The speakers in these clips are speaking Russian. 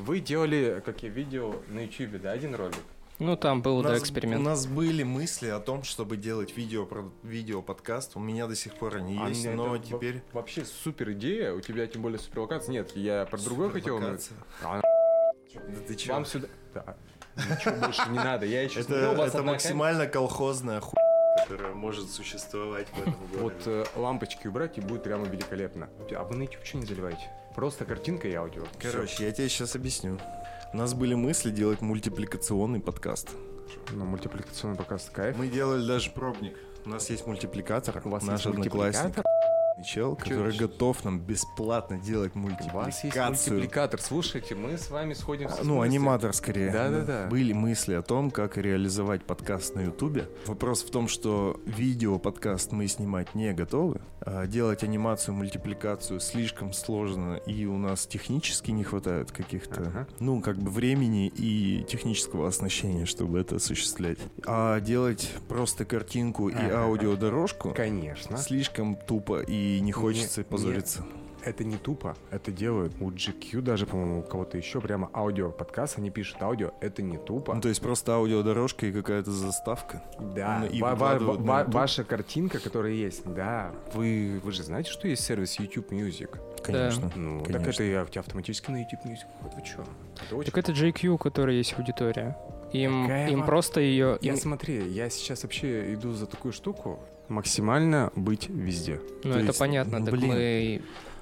Вы делали, как я видел, на YouTube, да, один ролик? Ну, там был, эксперимент. У нас были мысли о том, чтобы делать видео-подкаст. У меня до сих пор они есть, но теперь... Вообще супер идея, у тебя тем более супер локация. Нет, я про другое хотел. Да ты чё? Вам сюда... Да. Ничего больше не надо, я еще Это максимально колхозная хуйня, которая может существовать в этом городе. Вот лампочки убрать, и будет прямо великолепно. А вы на YouTube что не заливаете? Просто картинка и аудио. Короче, я тебе сейчас объясню. У нас были мысли делать мультипликационный подкаст. Ну, мультипликационный подкаст кайф. Мы делали даже пробник. У нас есть мультипликатор. У вас наш есть одноклассник. Чел, который готов нам бесплатно делать мультипликацию. У вас есть мультипликатор. Слушайте, мы с вами сходим с аниматор скорее. Да. Были мысли о том, как реализовать подкаст на Ютубе. Вопрос в том, что видео-подкаст мы снимать не готовы. Делать анимацию, мультипликацию слишком сложно, и у нас технически не хватает каких-то, времени и технического оснащения, чтобы это осуществлять. А делать просто картинку и аудиодорожку, конечно, слишком тупо и не хочется позориться. Это не тупо, это делают. У GQ даже, по-моему, у кого-то еще прямо аудио-подкаст, они пишут аудио, это не тупо. Ну, то есть просто аудиодорожка и какая-то заставка? Да, ваша картинка, которая есть, да. Вы же знаете, что есть сервис YouTube Music? Конечно. Да. Так это и автоматически на YouTube Music. Вот вы что? Так это JQ, у которой есть аудитория. Им просто ее... Смотри, я сейчас вообще иду за такую штуку, максимально быть везде. Ну, это понятно, так мы...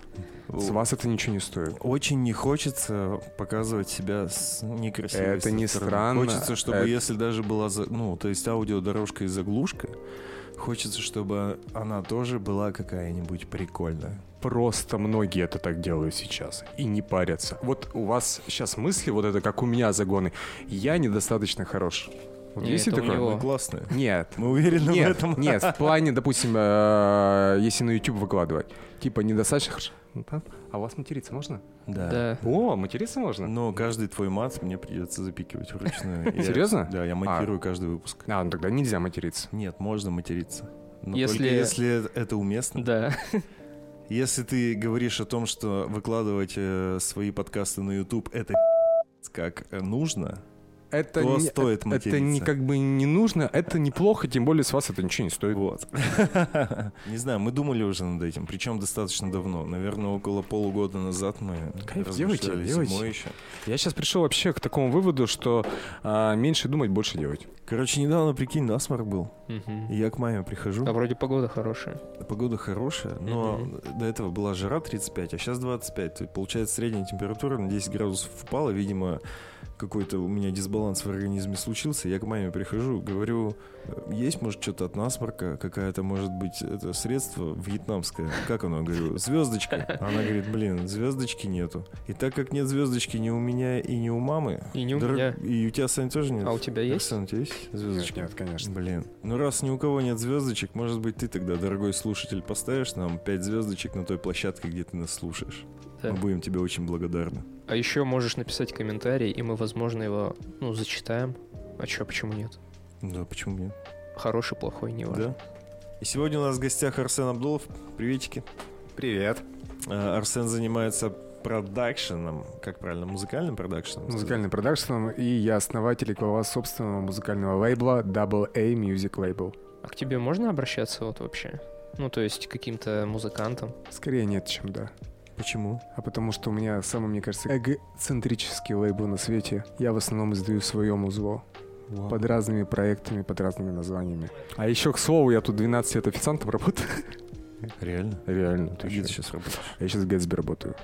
С вас это ничего не стоит. Очень не хочется показывать себя с некрасивой Это не стороны. странно. Хочется, чтобы если даже была, то есть аудиодорожка и заглушка, хочется, чтобы она тоже была какая-нибудь прикольная. Просто многие это так делают сейчас и не парятся. Вот у вас сейчас мысли, вот это как у меня загоны. Я недостаточно хорош. Вот Нет, есть и такое? Мы классные. Нет. Мы уверены в этом. Нет, в плане, допустим, если на YouTube выкладывать. Типа недостаточно хорошо. А у вас материться можно? Да. О, материться можно? Но каждый твой мат мне придется запикивать вручную. Серьезно? Да, я монтирую каждый выпуск. Ну тогда нельзя материться. Нет, можно материться. Но Если... только если это уместно. Да. Если ты говоришь о том, что выкладывать свои подкасты на YouTube это как нужно, то стоит материться. Это не нужно, это неплохо, тем более с вас это ничего не стоит. Вот. Не знаю, мы думали уже над этим, причем достаточно давно. Наверное, около полугода назад мы размышляли зимой еще. Я сейчас пришел вообще к такому выводу, что меньше думать, больше делать. Короче, недавно, прикинь, насморк был. И я к маме прихожу. А вроде погода хорошая. Погода хорошая, но до этого была жара 35, а сейчас 25. То есть, получается, средняя температура на 10 градусов упала. Видимо, какой-то у меня дисбаланс в организме случился. Я к маме прихожу, говорю, есть, может, что-то от насморка, какая-то, может быть, это средство вьетнамское. Как оно? Говорю, звездочка. Она говорит, звездочки нету. И так как нет звездочки ни у меня и ни у мамы. И не у меня. И у тебя, Сань, тоже нет? А у тебя есть? Оксан, у тебя есть звездочки? Нет, конечно. Ну раз ни у кого нет звездочек, может быть, ты тогда, дорогой слушатель, поставишь нам 5 звездочек на той площадке, где ты нас слушаешь. Да. Мы будем тебе очень благодарны. А еще можешь написать комментарий, и мы, возможно, его, зачитаем. А чё, почему нет? Да, почему нет? Хороший, плохой, не важно. Да. И сегодня у нас в гостях Арсен Абдулов. Приветики. Привет. Арсен занимается продакшеном, как правильно, музыкальным продакшеном? Музыкальным продакшеном, и я основатель и глава собственного музыкального лейбла Double A Music Label. А к тебе можно обращаться вообще? То есть к каким-то музыкантам? Скорее нет, чем да. Почему? А потому что у меня самый, мне кажется, эгоцентрический лейбл на свете. Я в основном издаю свое музло. Wow. Под разными проектами, под разными названиями. А еще, к слову, я тут 12 лет официантом работаю. Реально? Реально. Ты где ты сейчас работаешь? Я сейчас в Гэтсби работаю.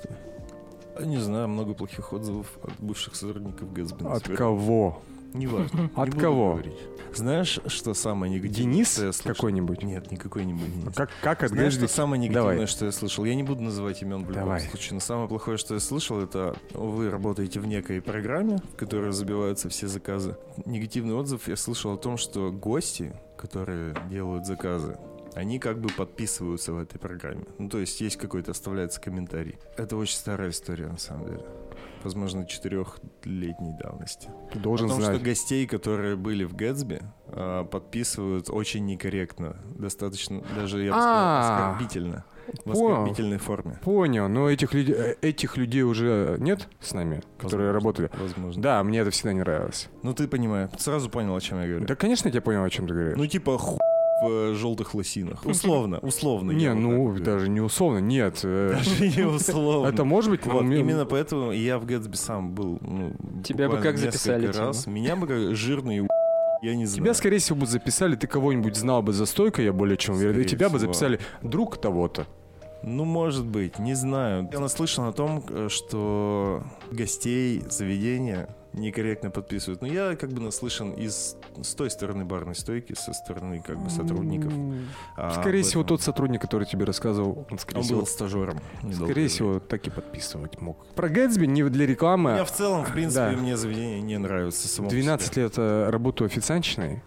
Не знаю, много плохих отзывов от бывших сотрудников Гэтсби. От кого? Неважно. От кого? Знаешь, что самое негативное? Денис какой-нибудь? Нет, не какой-нибудь Денис. Как от Знаешь, что самое негативное, Давай. что я слышал? Я не буду называть имен в любом случае, но самое плохое, что я слышал, это вы работаете в некой программе, в которой забиваются все заказы. Негативный отзыв я слышал о том, что гости, которые делают заказы, они как бы подписываются в этой программе. То есть есть какой-то, оставляется комментарий. Это очень старая история, на самом деле. Возможно, 4-летней давности. Ты должен знать. Потому что гостей, которые были в Гэтсби, подписывают очень некорректно. Достаточно, даже, я бы сказал, оскорбительно. в оскорбительной форме. Понял, но этих людей уже нет с нами, которые работали? Возможно. Да, мне это всегда не нравилось. Ну ты понимаешь, сразу понял, о чем я говорю. Да, конечно, я тебя понял, о чем ты говоришь. Ну типа в желтых лосинах. Условно. Не, ну даже не условно, нет. Даже не условно. Это может быть... Вот, именно поэтому я в Гэтсби сам был. Тебя бы как записали? Раз. Меня бы как жирный я не знаю. Тебя, скорее всего, бы записали, ты кого-нибудь знал бы за стойкой, я более чем уверен. И тебя бы записали друг того-то. Ну, может быть, не знаю. Я наслышан о том, что гостей заведения некорректно подписывают. Но я как бы наслышан с той стороны барной стойки, со стороны как бы сотрудников. Скорее всего, тот сотрудник, который тебе рассказывал, он был стажером. Скорее всего, так и подписывать мог. Про Гэтсби не для рекламы. Я в целом, в принципе, мне заведение не нравится само 12 лет работаю официантчиной,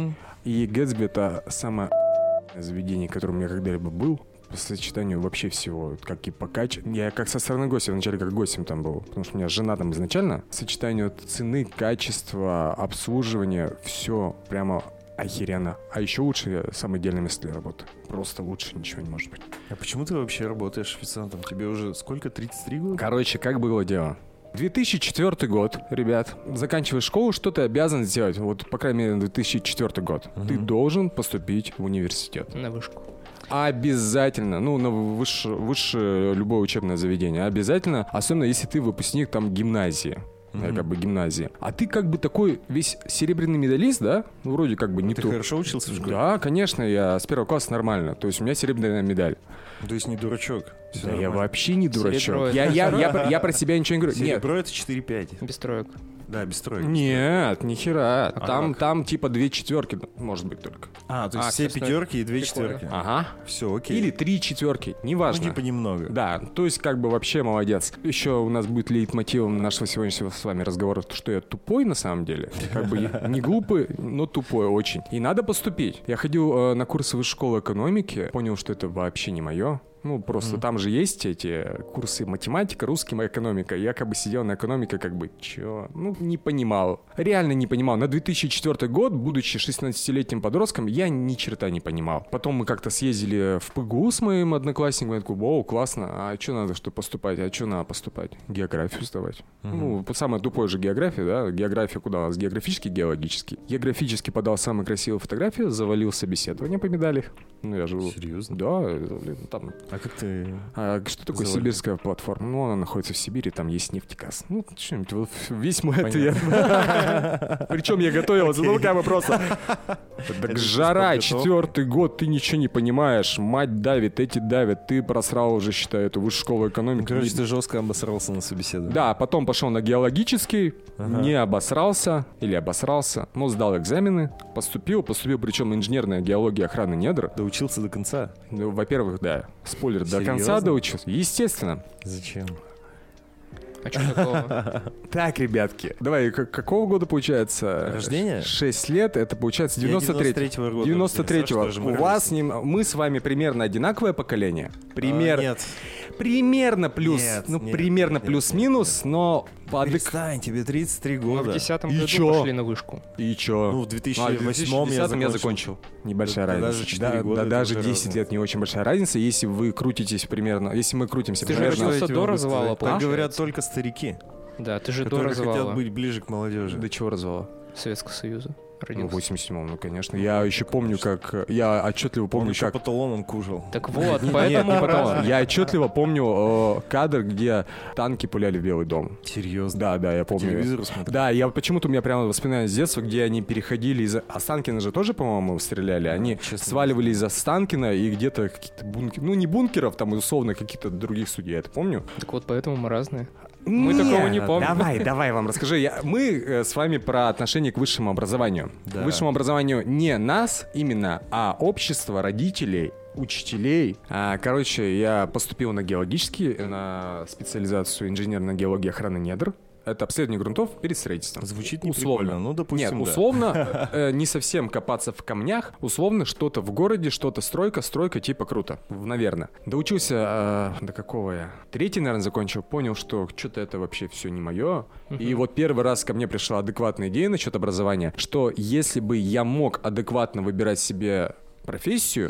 и Гэтсби — это самое заведение, которое у меня когда-либо был. По сочетанию вообще всего, как и по качеству. Я как со стороны гостя, вначале как гостем там был, потому что у меня жена там изначально. Сочетанию цены, качества, обслуживания, все прямо охеренно. А еще лучше самое идеальное место для работы. Просто лучше ничего не может быть. А почему ты вообще работаешь официантом? Тебе уже сколько, 33 года? Короче, как было дело? 2004 год, ребят. Заканчиваешь школу, что ты обязан сделать? Вот, по крайней мере, 2004 год. Ты должен поступить в университет. На вышку. Обязательно, на высшее любое учебное заведение, обязательно, особенно если ты выпускник там гимназии, как бы гимназии. А ты как бы такой весь серебряный медалист, да? Ну, вроде как бы не ты то. Ты хорошо учился в школе? Да, конечно, я с первого класса нормально, то есть у меня серебряная медаль. То есть не дурачок? Да я вообще не дурачок. Я про себя ничего не говорю. Серебро — это 4-5. Без троек. Да, без троек. Нет, нихера. Там типа 2 четверки, может быть, только. То есть все пятерки и 2 четверки. Ага. Все, окей. Или 3 четверки, неважно. Ну, типа немного. Да, то есть как бы вообще молодец. Еще у нас будет лейтмотивом нашего сегодняшнего с вами разговора, что я тупой на самом деле. Как бы не глупый, но тупой очень. И надо поступить. Я ходил на курсы высшей школы экономики, понял, что это вообще не мое. Просто там же есть эти курсы математика, русский, экономика. Я как бы сидел на экономике, как бы, не понимал. Реально не понимал. На 2004 год, будучи 16-летним подростком, я ни черта не понимал. Потом мы как-то съездили в ПГУ с моим одноклассником. Я такой, вау, классно. А что надо, чтобы поступать? А что надо поступать? Географию сдавать. Самое тупое же география, да? География куда у нас? Географический, геологический. Географически подал самую красивую фотографию, завалил собеседование по медали. Я живу. Серьезно? Да, там... А как ты... что такое сибирская платформа? Она находится в Сибири, там есть нефтегаз. Что-нибудь, весь мой ответ. Причем я готовился, как бы просто... Так жара, 4-й год, ты ничего не понимаешь. Мать давит, эти давят. Ты просрал уже, считай, эту высшую школу экономики. Короче, ты жестко обосрался на собеседовании. Да, потом пошел на геологический, не обосрался, но сдал экзамены, поступил, причем инженерная геология охраны недр. Доучился до конца? Во-первых, да. Спойлер, Серьезно? до конца доучился. Естественно. Зачем? А что такого? Так, ребятки, давай, какого года получается? Рождение? 6 лет, это получается 93-го года. 93-го. У вас, мы с вами примерно одинаковое поколение? Нет. Примерно плюс, примерно плюс-минус, но... Перестань, тебе 33 года. Мы в 10-м году пошли на вышку. И чё? В 2008 я закончил. Небольшая разница. Даже 4 года. Даже 10 лет не очень большая разница, если вы крутитесь примерно... Если мы крутимся ты примерно... Ты же родился до развала, так говорят только старики. Да, ты же до которые развала. хотят быть ближе к молодежи. До чего развала? Советского Союза. В 87-м, конечно. Я еще помню, как... Я отчетливо помню, как... по талонам кужил. Так вот, поэтому... Нет, не по талонам. Я отчетливо помню кадр, где танки пуляли в Белый дом. Серьезно? Да, я помню. Телевизор смотрел? Да, я почему-то у меня прямо воспоминания с детства, где они переходили из... Останкино же тоже, по-моему, стреляли. Они сваливали из Останкина и где-то какие-то бункеры... не бункеров, там, условно, каких-то других судей. Я это помню. Так вот, поэтому мы разные. Мы такого не помним. Давай вам расскажи. Мы с вами про отношение к высшему образованию. Да. К высшему образованию не нас именно, а общество, родителей, учителей. Короче, я поступил на геологический, на специализацию инженерной геологии охраны недр. Это обследование грунтов перед строительством. Звучит неприкольно, ну, допустим, Нет, условно, не совсем копаться в камнях, условно, что-то в городе, что-то стройка, типа круто, наверное. Доучился, до какого я? 3-й, наверное, закончил, понял, что что-то это вообще все не мое. И вот первый раз ко мне пришла адекватная идея насчет образования, что если бы я мог адекватно выбирать себе профессию,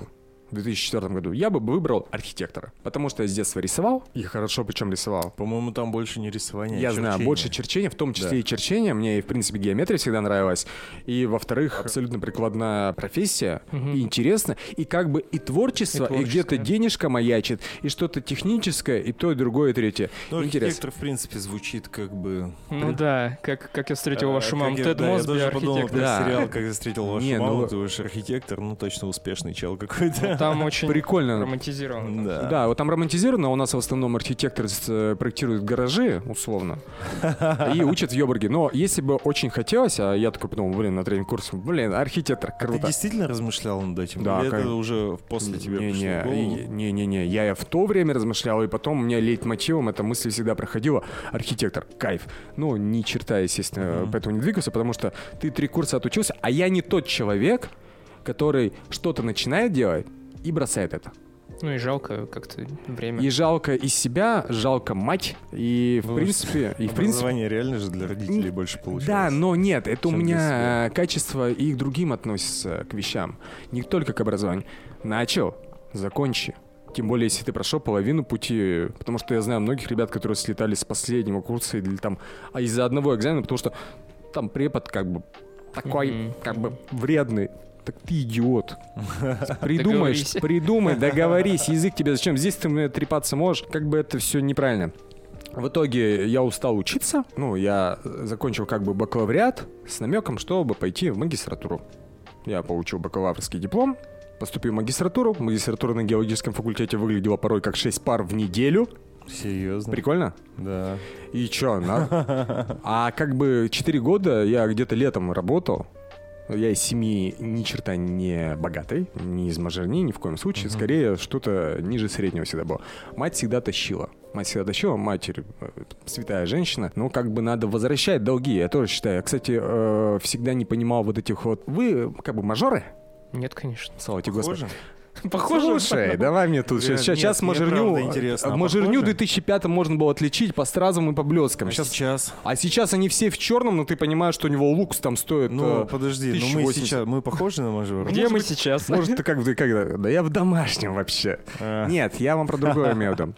в 2004 году, я бы выбрал архитектора. Потому что я с детства рисовал, и хорошо причем рисовал. По-моему, там больше не рисование, Я а знаю, черчение. больше черчения, в том числе и черчения. Мне, в принципе, геометрия всегда нравилась. И, во-вторых, абсолютно прикладная профессия. И интересно. И как бы и творчество, и где-то денежка маячит, и что-то техническое, и то, и другое, и третье. Ну, Интересно. архитектор, в принципе, звучит как бы... Ну да, как я встретил вашу маму. Тед я Мосби, тоже подумал архитектор. про Да. сериал «Как я встретил вашу Не, маму», ну- ты уж архитектор, ну, точно успешный чел какой-то. Ну, там очень Прикольно. романтизировано. Да. Да, вот там романтизировано, у нас в основном архитектор проектирует гаражи, условно, и учат в Йобурге. Но если бы очень хотелось, а я такой подумал, на тренинг-курсе, архитектор, Ты круто. действительно размышлял над этим? Да, Или это конечно. уже после тебя пришло в голову? Не-не-не, я в то время размышлял, и потом у меня лейтмотивом эта мысль всегда проходила. Архитектор, кайф. Ну, ни черта, естественно, поэтому не двигался, потому что ты 3 курса отучился, а я не тот человек, который что-то начинает делать и бросает это. Ну и жалко как-то время. И жалко и себя, жалко мать, и в Ну, принципе... Образование реально же для родителей больше получается. Да, но нет, это у Чем для меня качество и к другим относится, к вещам. Не только к образованию. Начал, закончи. Тем более, если ты прошел половину пути, потому что я знаю многих ребят, которые слетали с последнего курса или там из-за одного экзамена, потому что там препод как бы такой, как бы вредный. Так ты идиот. Придумаешь, придумай, договорись. Язык тебе зачем? Здесь ты мне трепаться можешь. Как бы это все неправильно. В итоге я устал учиться. Ну, я закончил как бы бакалавриат с намеком, чтобы пойти в магистратуру. Я получил бакалаврский диплом, поступил в магистратуру. Магистратура на геологическом факультете выглядела порой как 6 пар в неделю. Серьезно? Прикольно? Да. И чё, А как бы 4 года я где-то летом работал. Я из семьи ни черта не богатой, не из мажорни, ни в коем случае. Скорее, что-то ниже среднего всегда было. Мать всегда тащила. Матерь святая женщина. Но как бы надо возвращать долги, я тоже считаю. Я, кстати, всегда не понимал вот этих вот... Вы как бы мажоры? Нет, конечно. Слава тебе, Господи. Похоже. Слушай, давай мне тут. Сейчас мне правда мажорню... интересно, а Мажорню в похоже? 2005 можно было отличить по стразам и по блескам. Сейчас. А сейчас они все в черном, но ты понимаешь, что у него лукс там стоит... Ну, подожди, ну мы 1080. сейчас... Мы похожи на мажора? Где мы сейчас? Может, ты когда? Да я в домашнем вообще. Нет, я вам про другое имею в виду.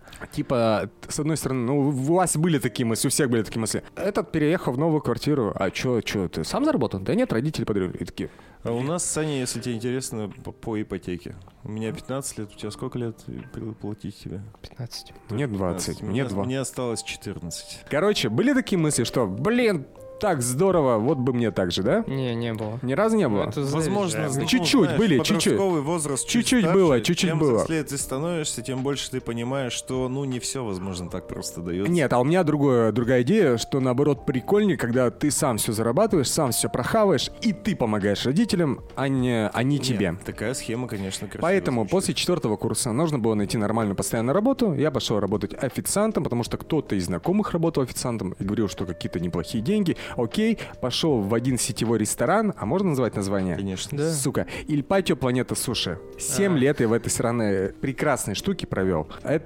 Типа, с одной стороны, ну, у вас были такие мысли, у всех были такие мысли. Этот переехал в новую квартиру, а чё, ты сам заработал? Да нет, родители подарили. И такие, А у нас, Саня, если тебе интересно, по ипотеке. У меня 15 лет, у тебя сколько лет платить тебе? 15. мне 20, мне 2. Мне осталось 14. Короче, были такие мысли, что, блин, так здорово, вот бы мне так же, да? Не было. Ни разу не было? Это Возможно, зависит. ну, Чуть-чуть знаешь, были, подростковый возраст Чуть-чуть старше, было, чуть-чуть тем было. взрослее ты становишься, тем больше ты понимаешь, что, ну, не все, возможно, так просто дается. Нет, а у меня другая идея, что наоборот прикольнее, когда ты сам все зарабатываешь, сам все прохаваешь, и ты помогаешь родителям, а не тебе. Нет, такая схема, конечно, красивая. Поэтому звучит. после 4 курса нужно было найти нормальную постоянную работу. Я пошел работать официантом, потому что кто-то из знакомых работал официантом и говорил, что какие-то неплохие деньги. Окей, пошел в один сетевой ресторан, а можно назвать название? Конечно. Да. Сука, Иль Патио Планета Суши. 7 лет я в этой сраной прекрасной штуке провел.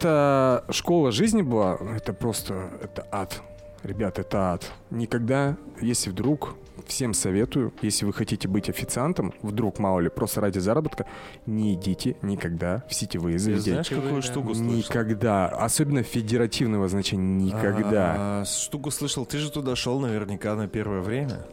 Это школа жизни была, это просто, это ад. Ребят, это ад. Никогда, если вдруг, всем советую, если вы хотите быть официантом, вдруг, мало ли, просто ради заработка, не идите никогда в сетевые Ты заведения. знаешь, какую штуку слышал? Никогда. Особенно федеративного значения никогда. Штуку слышал, ты же туда шел наверняка на первое время.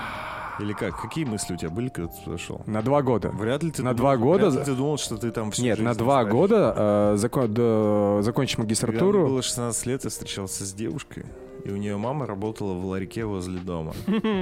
Или как? Какие мысли у тебя были, когда ты туда шел? На 2 года. Вряд ли ты На думал, 2 года... вряд ли ты думал, что ты там всю Нет, жизнь на 2 останешься. года закончить Когда мне магистратуру. было 16 лет, я встречался с девушкой, и у нее мама работала в ларьке возле дома.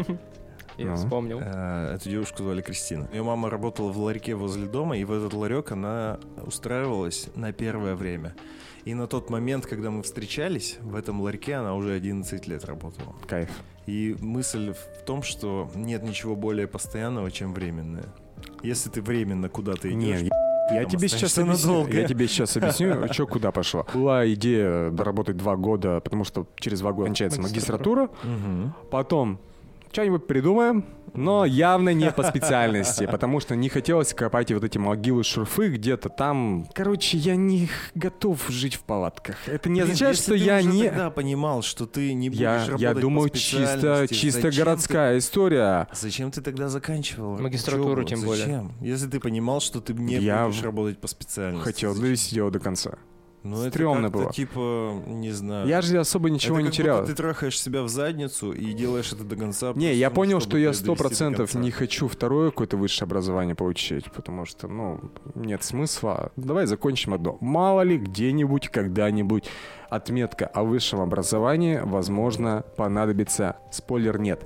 Я Ну. вспомнил. Эту девушку звали Кристина. Ее мама работала в ларьке возле дома, и в этот ларек она устраивалась на первое время. И на тот момент, когда мы встречались, в этом ларьке она уже 11 лет работала. Кайф. И мысль в том, что нет ничего более постоянного, чем временное. Если ты временно куда-то идешь, Нет, я там тебе сейчас останешься объясню. надолго. Я тебе сейчас объясню, что куда пошло. Была идея доработать 2 года, потому что через 2 года кончается магистратура. Мгм. Потом что-нибудь придумаем, но явно не по специальности, потому что не хотелось копать вот эти могилы, шурфы где-то там. Короче, я не готов жить в палатках. Это не означает, что я не... Я тогда понимал, что ты не будешь работать я думаю, по специальности. чисто городская история. Зачем ты тогда заканчивал магистратуру, учебу? тем более. Зачем? Если ты понимал, что ты не будешь работать по специальности. Хотел довести дело до конца. Ну, стрёмно это было. Типа, не знаю. Я же особо ничего это не как терял. будто ты трахаешь себя в задницу и делаешь это до конца. Не, я понял, что я довести до 100% конца. не хочу второе какое-то высшее образование получить, потому что, нет смысла. Давай закончим одно. Мало ли, где-нибудь, когда-нибудь отметка о высшем образовании, возможно, понадобится. Спойлер, нет.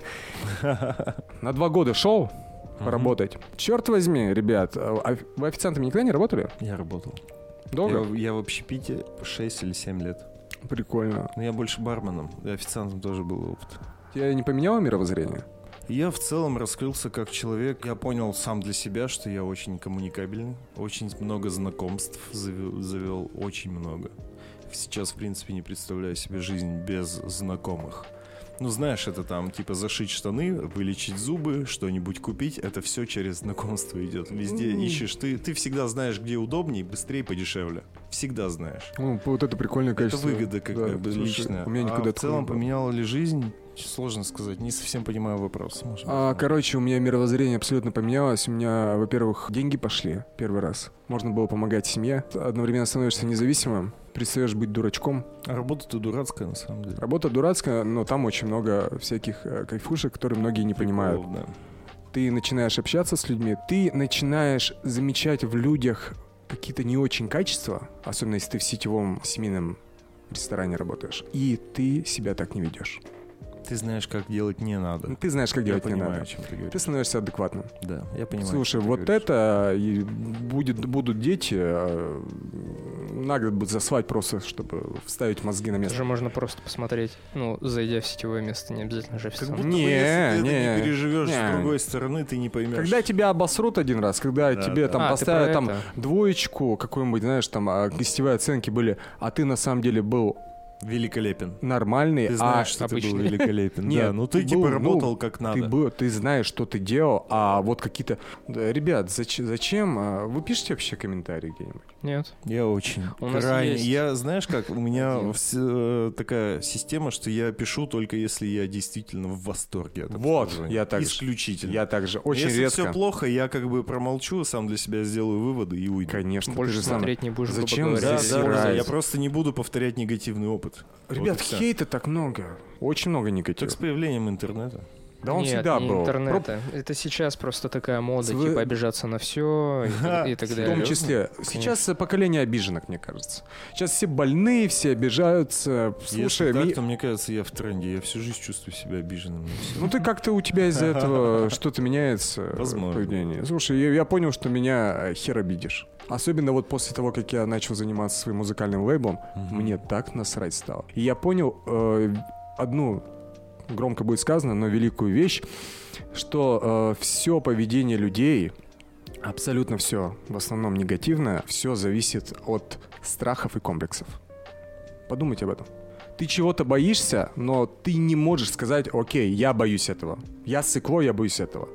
На 2 года шел поработать. Черт возьми, ребят, вы официантами никогда не работали? Я работал. Долго? Я в общепите 6 или 7 лет. Прикольно. Но я больше барменом, и официантом тоже был опыт. Тебя не поменяло мировоззрение? Я в целом раскрылся как человек. Я понял сам для себя, что я очень коммуникабельный. Очень много знакомств завел, очень много. Сейчас, в принципе, не представляю себе жизнь без знакомых. Ну, знаешь, это там, типа, зашить штаны, вылечить зубы, что-нибудь купить. Это все через знакомство идет. Везде ищешь. Ты всегда знаешь, где удобнее, быстрее, подешевле. Всегда знаешь. Вот это прикольное качество. Это выгода как бы личная. У меня никуда в целом поменяла ли жизнь? Сложно сказать. Не совсем понимаю вопрос. Короче, у меня мировоззрение абсолютно поменялось. У меня, во-первых, деньги пошли первый раз. Можно было помогать семье. Одновременно становишься независимым. Перестаешь быть дурачком. А работа-то дурацкая, на самом деле. Работа дурацкая, но там очень много всяких кайфушек, которые многие не понимают. Да. Ты начинаешь общаться с людьми, ты начинаешь замечать в людях какие-то не очень качества, особенно если ты в сетевом семейном ресторане работаешь, и ты себя так не ведешь. Ты знаешь, как делать не надо. Ты знаешь, как делать не понимаю, надо. о чем ты говоришь. Ты становишься адекватным. Да, я понимаю. Слушай, вот это и будут дети, на год будут засвать просто, чтобы вставить мозги на место. Даже можно просто посмотреть, зайдя в сетевое место, не обязательно же официант. Если ты это не переживешь с другой стороны, ты не поймешь. Когда тебя обосрут один раз, когда тебе там поставят там двоечку, какую-нибудь, знаешь, там гостевые оценки были, а ты на самом деле был великолепен. Нормальный, ты знаешь, что обычный. Ты был великолепен. Нет, да, ты типа работал как надо. Ты знаешь, что ты делал, а вот какие-то... Ребят, зачем? Вы пишете вообще комментарии где-нибудь? Нет. Я очень крайне... Я, знаешь как, у меня такая система, что я пишу только если я действительно в восторге. Вот, я так же. Исключительно. Я также, очень если редко. Если все плохо, я как бы промолчу, сам для себя сделаю выводы и уйду. Конечно. Больше смотреть не будешь. Зачем да, я просто не буду повторять негативный опыт. Ребят, хейта так много. Очень много негатива. Как с появлением интернета. Да он Нет, всегда не был. интернета. Это сейчас просто такая мода, типа обижаться на все и так далее. В том числе. Сейчас поколение обиженок, мне кажется. Сейчас все больные, все обижаются. Слушай, если так, то мне кажется, я в тренде. Я всю жизнь чувствую себя обиженным. Ну ты как-то у тебя из-за этого что-то меняется в поведении. Слушай, я понял, что меня хер обидишь. Особенно вот после того, как я начал заниматься своим музыкальным лейблом, мне так насрать стало. И я понял одну, громко будет сказано, но великую вещь, что все поведение людей, абсолютно все, в основном негативное, все зависит от страхов и комплексов. Подумайте об этом. Ты чего-то боишься, но ты не можешь сказать: окей, я боюсь этого. Я сыкло, я боюсь этого.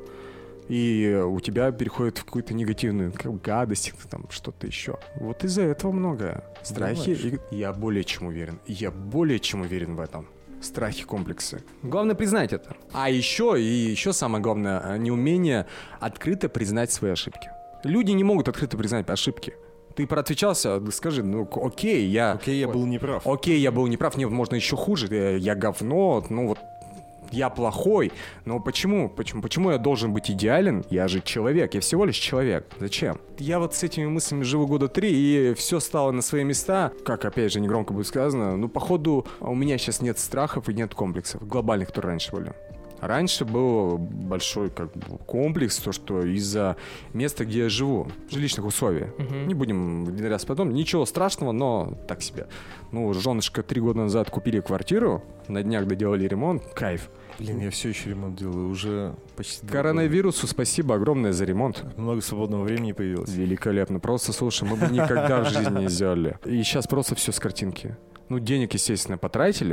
И у тебя переходит в какую-то негативную гадость, там что-то еще. Вот из-за этого много. Страхи. И я более чем уверен. Я более чем уверен в этом. Страхи, комплексы. Главное признать это. А еще самое главное, неумение открыто признать свои ошибки. Люди не могут открыто признать ошибки. Ты проотвечался, скажи, окей, я был неправ. Окей, я был неправ, нет, можно еще хуже, я говно, я плохой, но почему я должен быть идеален? Я же человек, я всего лишь человек. Зачем? Я вот с этими мыслями живу 3 года, и все стало на свои места. Как, опять же, негромко будет сказано, походу, у меня сейчас нет страхов и нет комплексов глобальных, которые раньше были. Раньше был большой комплекс, то, что из-за места, где я живу, жилищных условий. Не будем внедряться потом. Ничего страшного, но так себе. Женушка 3 года назад купили квартиру, на днях доделали ремонт, кайф. Блин, я все еще ремонт делаю, уже почти... Коронавирусу спасибо огромное за ремонт. Много свободного времени появилось. Великолепно. Просто, слушай, мы бы никогда в жизни не сделали. И сейчас просто все с картинки. Денег, естественно, потратили.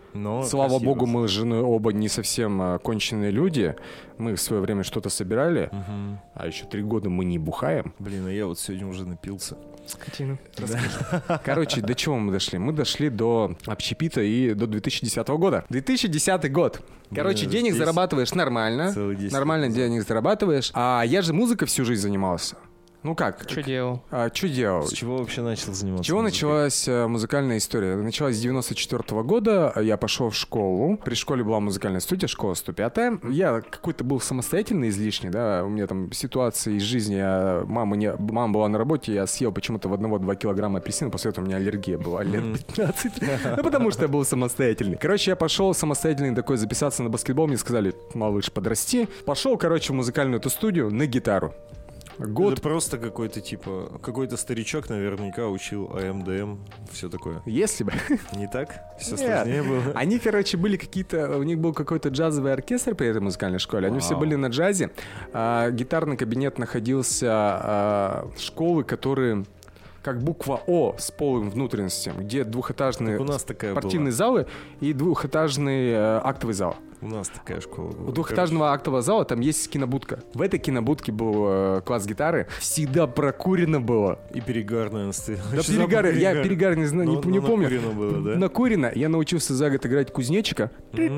Но Слава красиво. богу, мы с женой оба не совсем конченые люди. Мы в свое время что-то собирали, а еще 3 года мы не бухаем. Блин, а я вот сегодня уже напился. Скотина. Короче, до чего мы дошли? Мы дошли до общепита и до 2010 года. 2010 год. Короче, Блин, денег здесь зарабатываешь нормально. целый 10 Нормально лет. денег зарабатываешь. А я же музыкой всю жизнь занимался. Ну как? Что делал? Что делал? С чего вообще начал заниматься? С чего музыкой? началась музыкальная история? Началась с 94 года, я пошел в школу. При школе была музыкальная студия, школа 105-я. Я какой-то был самостоятельный излишний, да, у меня там ситуации из жизни. Мама была на работе, я съел почему-то в 1-2 килограмма апельсина, после этого у меня аллергия была лет 15. Ну, потому что я был самостоятельный. Короче, я пошел самостоятельный такой записаться на баскетбол, мне сказали, малыш, подрасти. Пошел, короче, в музыкальную эту студию на гитару. Год. Это просто какой-то типа, какой-то старичок наверняка учил АМДМ, все такое. Если бы. Не так? Все Нет. сложнее было. Они, короче, были какие-то... У них был какой-то джазовый оркестр при этой музыкальной школе. Они все были на джазе. Гитарный кабинет находился школы, которые... Как буква О с полым внутренностям, где двухэтажные Так у нас такая спортивные залы и двухэтажный актовый зал. У нас такая школа была. У двухэтажного актового зала там есть кинобудка. В этой кинобудке был класс гитары. Всегда прокурено было. И перегар, наверное, стоял. Да перегар, я перегар не знаю, Ну, не помню. накурено было, да? Накурено. Я научился за год играть кузнечика.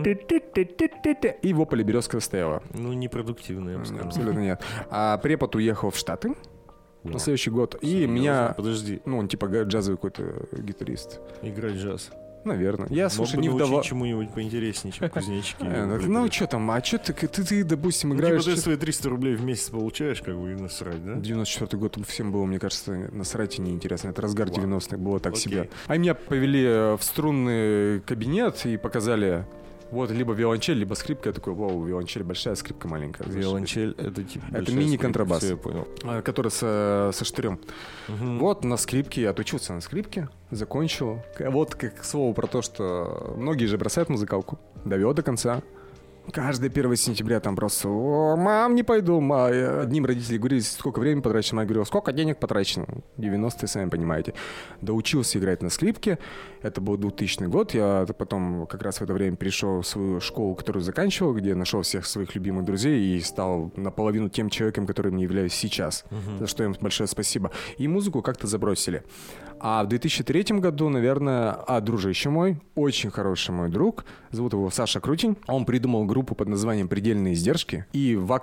И его полиберезка стояла. Ну, непродуктивно, я бы сказал. Абсолютно нет. А препод уехал в Штаты на следующий год. И Серьезно? меня... Подожди, Ну, он типа джазовый какой-то гитарист. играть джаз. Наверное. Я, Мог слушай, бы не научить вдова... чему-нибудь поинтереснее, чем кузнечики. Ну, что там? А что ты, допустим, Ну, играешь... типа ты свои 300 рублей в месяц получаешь, как бы, и насрать, да? 94-й год всем было, мне кажется, насрать и неинтересно. Это разгар 90-х, было так Окей. себе. А меня повели в струнный кабинет и показали... Вот, либо виолончель, либо скрипка. Я такой, вау, виолончель большая, скрипка маленькая. Виолончель — это типа... Это большая мини-контрабас. скрипка, всё, я понял. Который со штырем. Мгм. Вот на скрипке, я отучился на скрипке, закончил. Вот как к слову про то, что многие же бросают музыкалку. Довел до конца. Каждое 1 сентября там просто: «О, мам, не пойду». Одним родители говорили, сколько времени потрачено. Мать говорила, сколько денег потрачено. 90-е, сами понимаете. Доучился играть на скрипке. Это был 2000 год. Я потом как раз в это время перешел в свою школу, которую заканчивал, где нашел всех своих любимых друзей и стал наполовину тем человеком, которым я являюсь сейчас. За что им большое спасибо. И музыку как-то забросили. А в 2003 году, наверное, дружище мой, очень хороший мой друг, зовут его Саша Крутень, он придумал группу под названием «Предельные издержки», и в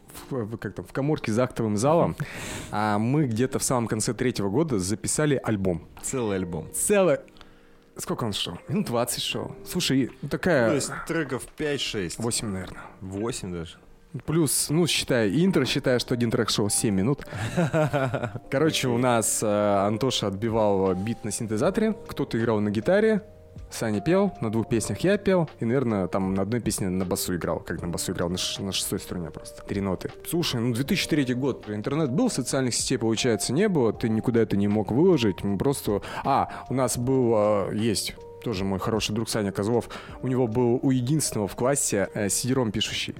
каморке за актовым залом мы где-то в самом конце 3-го года записали альбом. Целый альбом. Сколько он шел? Минут 20 шел. Слушай, такая... То есть треков 5-6. 8, наверное. 8 даже. Плюс, считай, интро, считая, что один трек шел 7 минут. Короче, у нас Антоша отбивал бит на синтезаторе, кто-то играл на гитаре, Саня пел, на 2 песнях я пел, и, наверное, там на одной песне на басу играл, как на басу играл, на 6-й струне просто, 3 ноты. Слушай, 2003 год, интернет был, социальных сетей, получается, не было, ты никуда это не мог выложить, мы просто... у нас был, есть... Тоже мой хороший друг Саня Козлов. У него был у единственного в классе CD-ROM пишущий.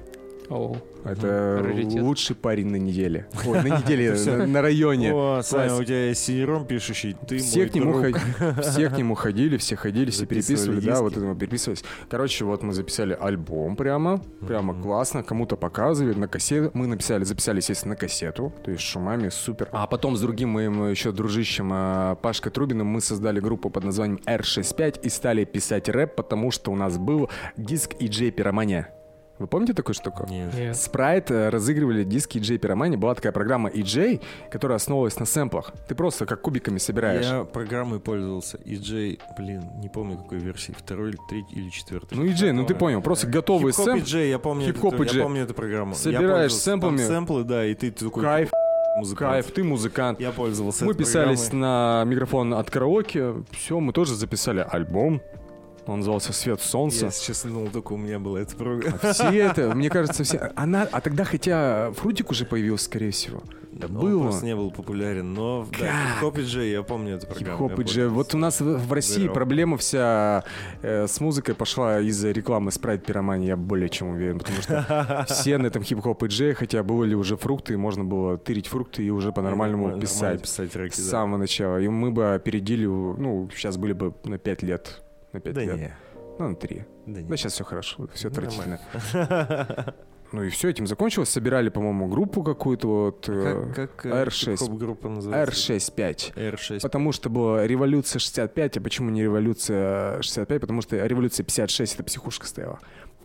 Это раритет. лучший парень на неделе. Ой, на неделе, на районе. О, Саня, Класс. у тебя есть CD-ROM пишущий, ты Все мой к нему друг. все к нему ходили, все Записывали переписывали, да, диски. вот это мы переписывались. Короче, вот мы записали альбом прямо классно, кому-то показывали на кассету. Мы записали, естественно, на кассету, то есть шумами, супер. А потом с другим моим еще дружищем Пашкой Трубиным мы создали группу под названием R65 и стали писать рэп, потому что у нас был диск EJ Пиромания. Вы помните такую штуку? Нет. Спрайт разыгрывали диски EJ Пиромания. Была такая программа EJ, которая основывалась на сэмплах. Ты просто как кубиками собираешь. Я программой пользовался. EJ, не помню какой версии. 2-й, 3-й или 4-й. Ну, EJ, ну ты понял, просто готовый Хип-хоп сэмпл. EJ, я помню, Хип-хоп я EJ. помню эту программу. Собираешь Я пользовался. сэмплами. Там сэмплы, да, и ты такой... Кайф, музыкант. кайф, ты музыкант. Я пользовался Мы этой писались программой. на микрофон от караоке. Все, мы тоже записали альбом. Он назывался «Свет солнца». Я сейчас думал, только у меня была эта программа. Все это, мне кажется, все... А тогда, хотя Фрутик уже появился, скорее всего. Да Он было. просто не был популярен, но да, хип-хоп EJ, я помню эту программу. Хип-хоп EJ. Вот у нас в России Здорово. проблема вся с музыкой пошла из-за рекламы Спрайт Пиромании, я более чем уверен, потому что все на этом хип-хоп EJ, хотя были уже фрукты, и можно было тырить фрукты и уже по-нормальному Нормально писать. писать треки, С да. самого начала. И мы бы опередили, сейчас были бы на 5 лет. На 5 Да лет. не. Ну, на 3. Да Да сейчас все хорошо, все Нормально. отвратительно. Ну и все, этим закончилось. Собирали, по-моему, группу какую-то вот. Как R6. хип-хоп-группа называется? R65. R6. Потому что была революция 65, а почему не революция 65? Потому что революция 56, это психушка стояла.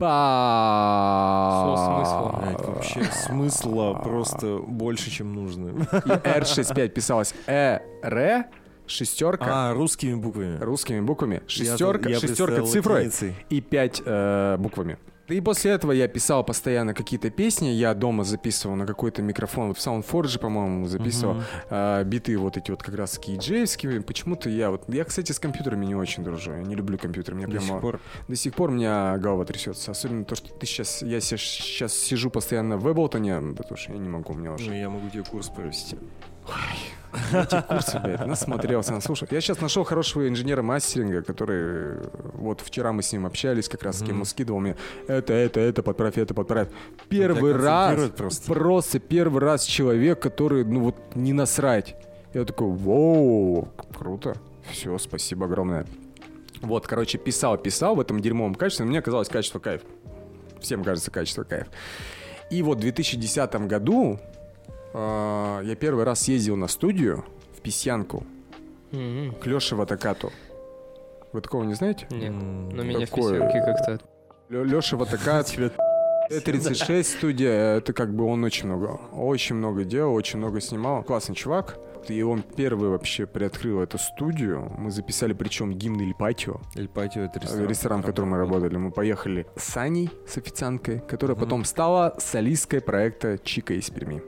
смыслом. Блядь, вообще смысла просто больше, чем нужно. И R65 писалось шестерка. Русскими буквами. Русскими буквами. Я Шестерка представил цифрой латиницей. и 5 буквами. И после этого я писал постоянно какие-то песни. Я дома записывал на какой-то микрофон. В SoundForge, по-моему, записывал биты вот эти вот как раз киджеевские. Почему-то я, кстати, с компьютерами не очень дружу. Я не люблю компьютеры. Мне до сих пор у меня голова трясется. Особенно то, что я сейчас сижу постоянно в Эблтоне, потому что я не могу, у меня уже... Ну, я могу тебе курс провести. Эти курсы, блядь, насмотрелся, наслушал. Я сейчас нашел хорошего инженера мастеринга, который... Вот вчера мы с ним общались, как раз с кем он скидывал мне. Это подправь. Первый раз, просто первый раз человек, который, ну вот, не насрать. Я такой, воу, круто. Все, спасибо огромное. Вот, короче, писал в этом дерьмовом качестве, но мне казалось качество кайф. Всем кажется качество кайф. И вот в 2010 году я первый раз съездил на студию в Письянку к Лёше Ватакату. Вы такого не знаете? Нет, но меня в Такое. Письянке как-то... Лёша Ватакат, Т-36 студия, это как бы он очень много делал, очень много снимал. Классный чувак. И он первый вообще приоткрыл эту студию. Мы записали причем гимн Эль Патио. Эль Патио — это ресторан, в котором мы работали. Мы поехали с Аней, с официанткой, которая потом стала солисткой проекта Чика из Перми.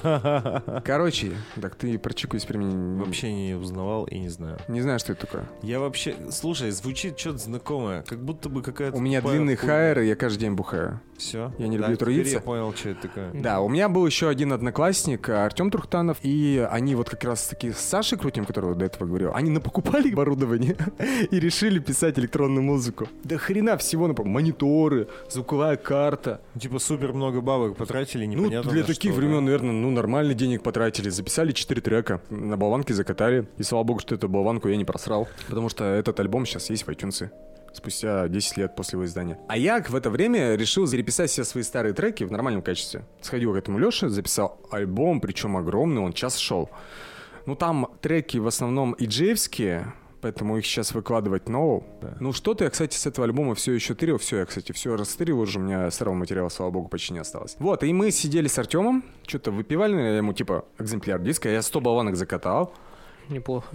Короче, так ты про Чику из Перми вообще не узнавал и не знаю. Не знаю, что это такое. Я вообще... Слушай, звучит что-то знакомое. Как будто бы какая-то... У меня длинный хайр, и я каждый день бухаю. Все? Я не люблю трудиться. Я понял, что это такое. Да, у меня был еще один одноклассник, Артем Трухтанов, и они вот как раз-таки с Сашей Крутим, которого до этого говорил, они напокупали оборудование и решили писать электронную музыку. Да хрена всего, например, мониторы, звуковая карта. Типа супер много бабок потратили, непонятно. Ну, для таких времен, наверное, нормально денег потратили. Записали 4 трека, на болванке закатали. И слава богу, что эту болванку я не просрал, потому что этот альбом сейчас есть в iTunes. Спустя 10 лет после его издания. А я в это время решил переписать все свои старые треки в нормальном качестве. Сходил к этому Лёше, записал альбом, причем огромный, он час шел. Ну, там треки в основном иджеевские, поэтому их сейчас выкладывать no. Да. Ну, что-то я, кстати, с этого альбома все еще тырил. Все, я, кстати, все растырил уже, у меня старого материала, слава богу, почти не осталось. Вот, и мы сидели с Артемом, что-то выпивали, я ему, типа, экземпляр диска, я 100 болванок закатал. Неплохо.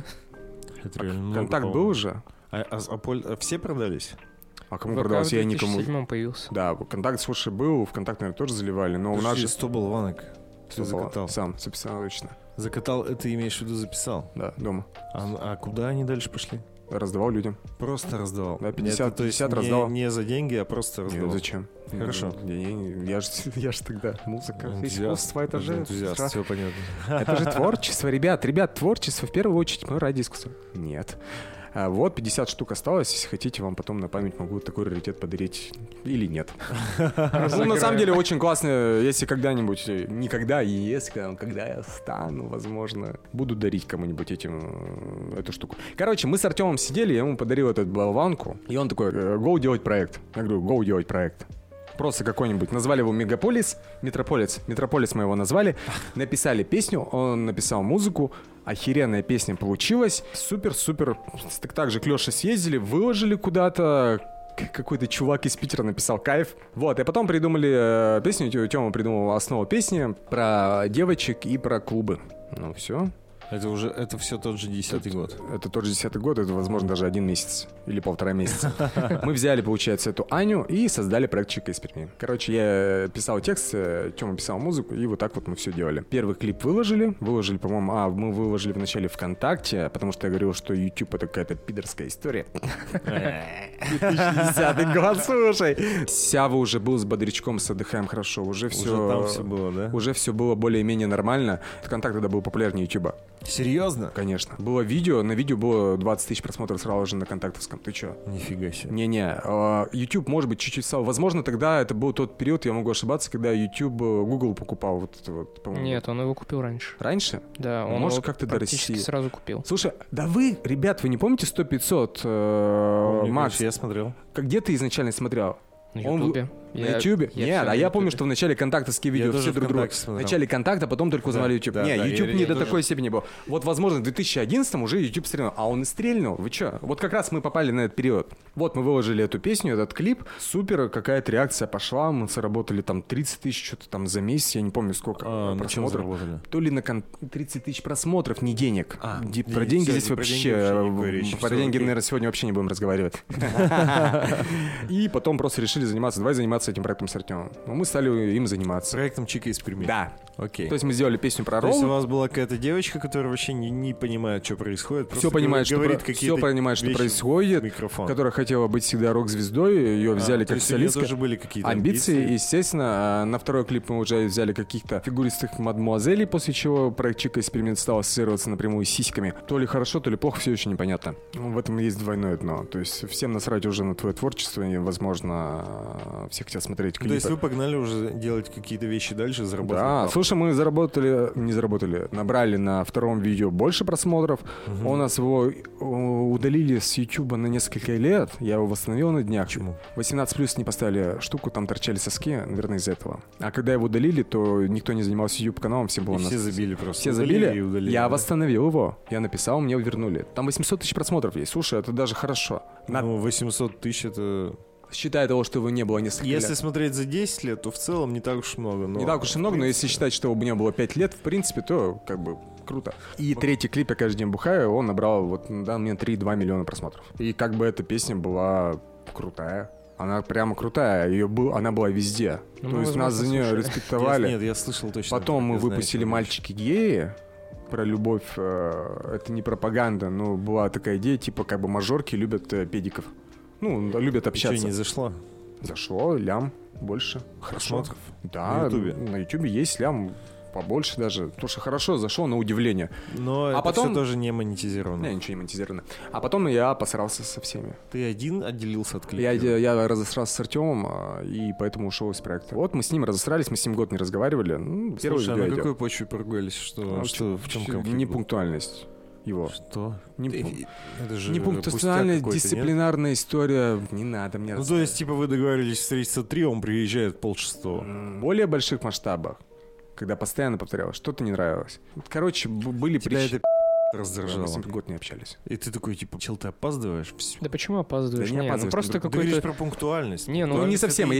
Контакт был уже? Все продались? А кому продался? Я никому. В 2007 появился. Да, контакт, слушай, был, ВКонтакт, наверное, тоже заливали, но у нас же... 100 болванок. Ты закатал? Сам, собственноручно. Закатал, это имеешь в виду записал? Да, дома. А куда они дальше пошли? Раздавал людям. Просто раздавал? Да, 50, то есть 50 раздавал. Не за деньги, а просто раздавал? Нет, зачем? Хорошо. Я же тогда музыка, искусство, это же... Энтузиаст, все понятно. Это же творчество, ребят, творчество в первую очередь, мы ради искусства. Нет. Вот, 50 штук осталось. Если хотите, вам потом на память могу такой раритет подарить. Или нет. Ну, на самом деле, очень классно, если когда-нибудь, никогда, если когда я стану, возможно, буду дарить кому-нибудь эту штуку. Короче, мы с Артемом сидели, я ему подарил эту болванку, и он такой, go делать проект. Я говорю, go делать проект. Просто какой-нибудь. Назвали его Мегаполис, Метрополис мы его назвали. Написали песню, он написал музыку. Охеренная песня получилась. Супер-супер. Так же к Лёше съездили, выложили куда-то. Какой-то чувак из Питера написал кайф. Вот, и потом придумали песню. Тёма придумал основу песни про девочек и про клубы. Ну, все. Это все тот же 10-й год. Это тот же 10-й год, это, возможно, даже 1 месяц или 1,5 месяца. Мы взяли, получается, эту Аню и создали проект Чика из Перми. Короче, я писал текст, Тёма писал музыку, и вот так вот мы все делали. Первый клип выложили, по-моему, мы выложили вначале ВКонтакте, потому что я говорил, что YouTube — это какая-то пидорская история. 2010 год, слушай. Сява уже был с Бодрячком, с «Отдыхаем хорошо», уже все... Уже там все было, да? Уже все было более-менее нормально. ВКонтакт тогда был популярнее Ютуба. Серьезно? Конечно. Было видео, на видео было 20 тысяч просмотров сразу же на контактовском. Ты чё? Нифига себе. Не-не, YouTube, может быть, чуть-чуть стал. Возможно, тогда это был тот период, я могу ошибаться, когда YouTube Google покупал. По-моему. Нет, он его купил раньше. Раньше? Да, он может, его как-то до практически России сразу купил. Слушай, да вы, ребят, вы не помните 100-500, Макс? Я смотрел. Где ты изначально смотрел? На Он Ютубе. На Ютубе? Нет, я помню, что в начале контактовские видео все друг друга. В начале контакта, потом только узнавали YouTube. Не, YouTube не до такой степени был. Вот, возможно, в 2011 уже YouTube стрельнул. А он и стрельнул. Вы чё? Вот как раз мы попали на этот период. Вот мы выложили эту песню, этот клип. Супер, какая-то реакция пошла. Мы заработали там 30 тысяч что-то там за месяц. Я не помню, сколько просмотров. То ли на 30 тысяч просмотров, не денег. Про деньги здесь вообще... Про деньги, наверное, сегодня вообще не будем разговаривать. И потом просто решили давай заниматься этим проектом с Артемом. Но мы стали им заниматься. Проектом Чика из Перми. Да. Окей. То есть мы сделали песню про То ролл. есть у вас была какая-то девочка, которая вообще не понимает, что происходит. Все понимает, что происходит. Микрофон. Которая хотела быть всегда рок-звездой. Ее взяли как солистка. тоже были какие-то амбиции. Естественно, на второй клип мы уже взяли каких-то фигуристых мадмуазелей, после чего проект Чика Эксперимент стал ассоциироваться напрямую с сиськами. То ли хорошо, то ли плохо, все еще непонятно. В этом есть двойное дно. То есть всем насрать уже на твое творчество, и, возможно, все хотят смотреть клипы. То есть вы погнали уже делать какие-то вещи дальше, заработали? Да, слушай, мы набрали на втором видео больше просмотров. У нас его удалили с YouTube на несколько лет. Я его восстановил на днях. Почему? 18+ не поставили штуку, там торчали соски, наверное, из-за этого. А когда его удалили, то никто не занимался YouTube-каналом, все было... Все забили просто. Все забили, я восстановил его. Я написал, мне вернули. Там 800 тысяч просмотров есть. Слушай, это даже хорошо. 800 тысяч это... Считая того, что его не было несколько лет. Если смотреть за 10 лет, то в целом не так уж много. Не так уж и много, но если считать, что его не было 5 лет, в принципе, то как бы круто. И третий клип «Я каждый день бухаю», он набрал вот на данный момент 3,2 миллиона просмотров. И как бы эта песня была крутая. Она прямо крутая, она была везде. То есть нас за нее респектовали. Нет, я слышал точно. Потом мы выпустили «Мальчики-геи». Про любовь, это не пропаганда, но была такая идея, типа как бы мажорки любят педиков. Ну, любят общаться. Что, не зашло? Зашло, лям больше. Хорошо. Да, на Ютубе есть лям побольше даже. Потому что хорошо зашло, на удивление. Но это потом... все тоже не монетизировано. Не, ничего не монетизировано. А потом я посрался со всеми. Ты один отделился от клипа? Я разосрался с Артемом, и поэтому ушел из проекта. Вот мы с ним разосрались, мы с ним год не разговаривали. Слушай, а на какой почве поругались? В чем конфликт? Непунктуальность его. Что? Это же непунктуальная, дисциплинарная история. Не надо мне то есть, типа, вы договорились встретиться 3, он приезжает 5:30. В более больших масштабах, когда постоянно повторялось, что-то не нравилось. Короче, были причины. Раздражало. Мы год не общались. И ты такой, типа, чел, ты опаздываешь? Да почему опаздываешь? Да не опаздываешь. Просто какой-то... Ты говоришь про пунктуальность. Не совсем. Я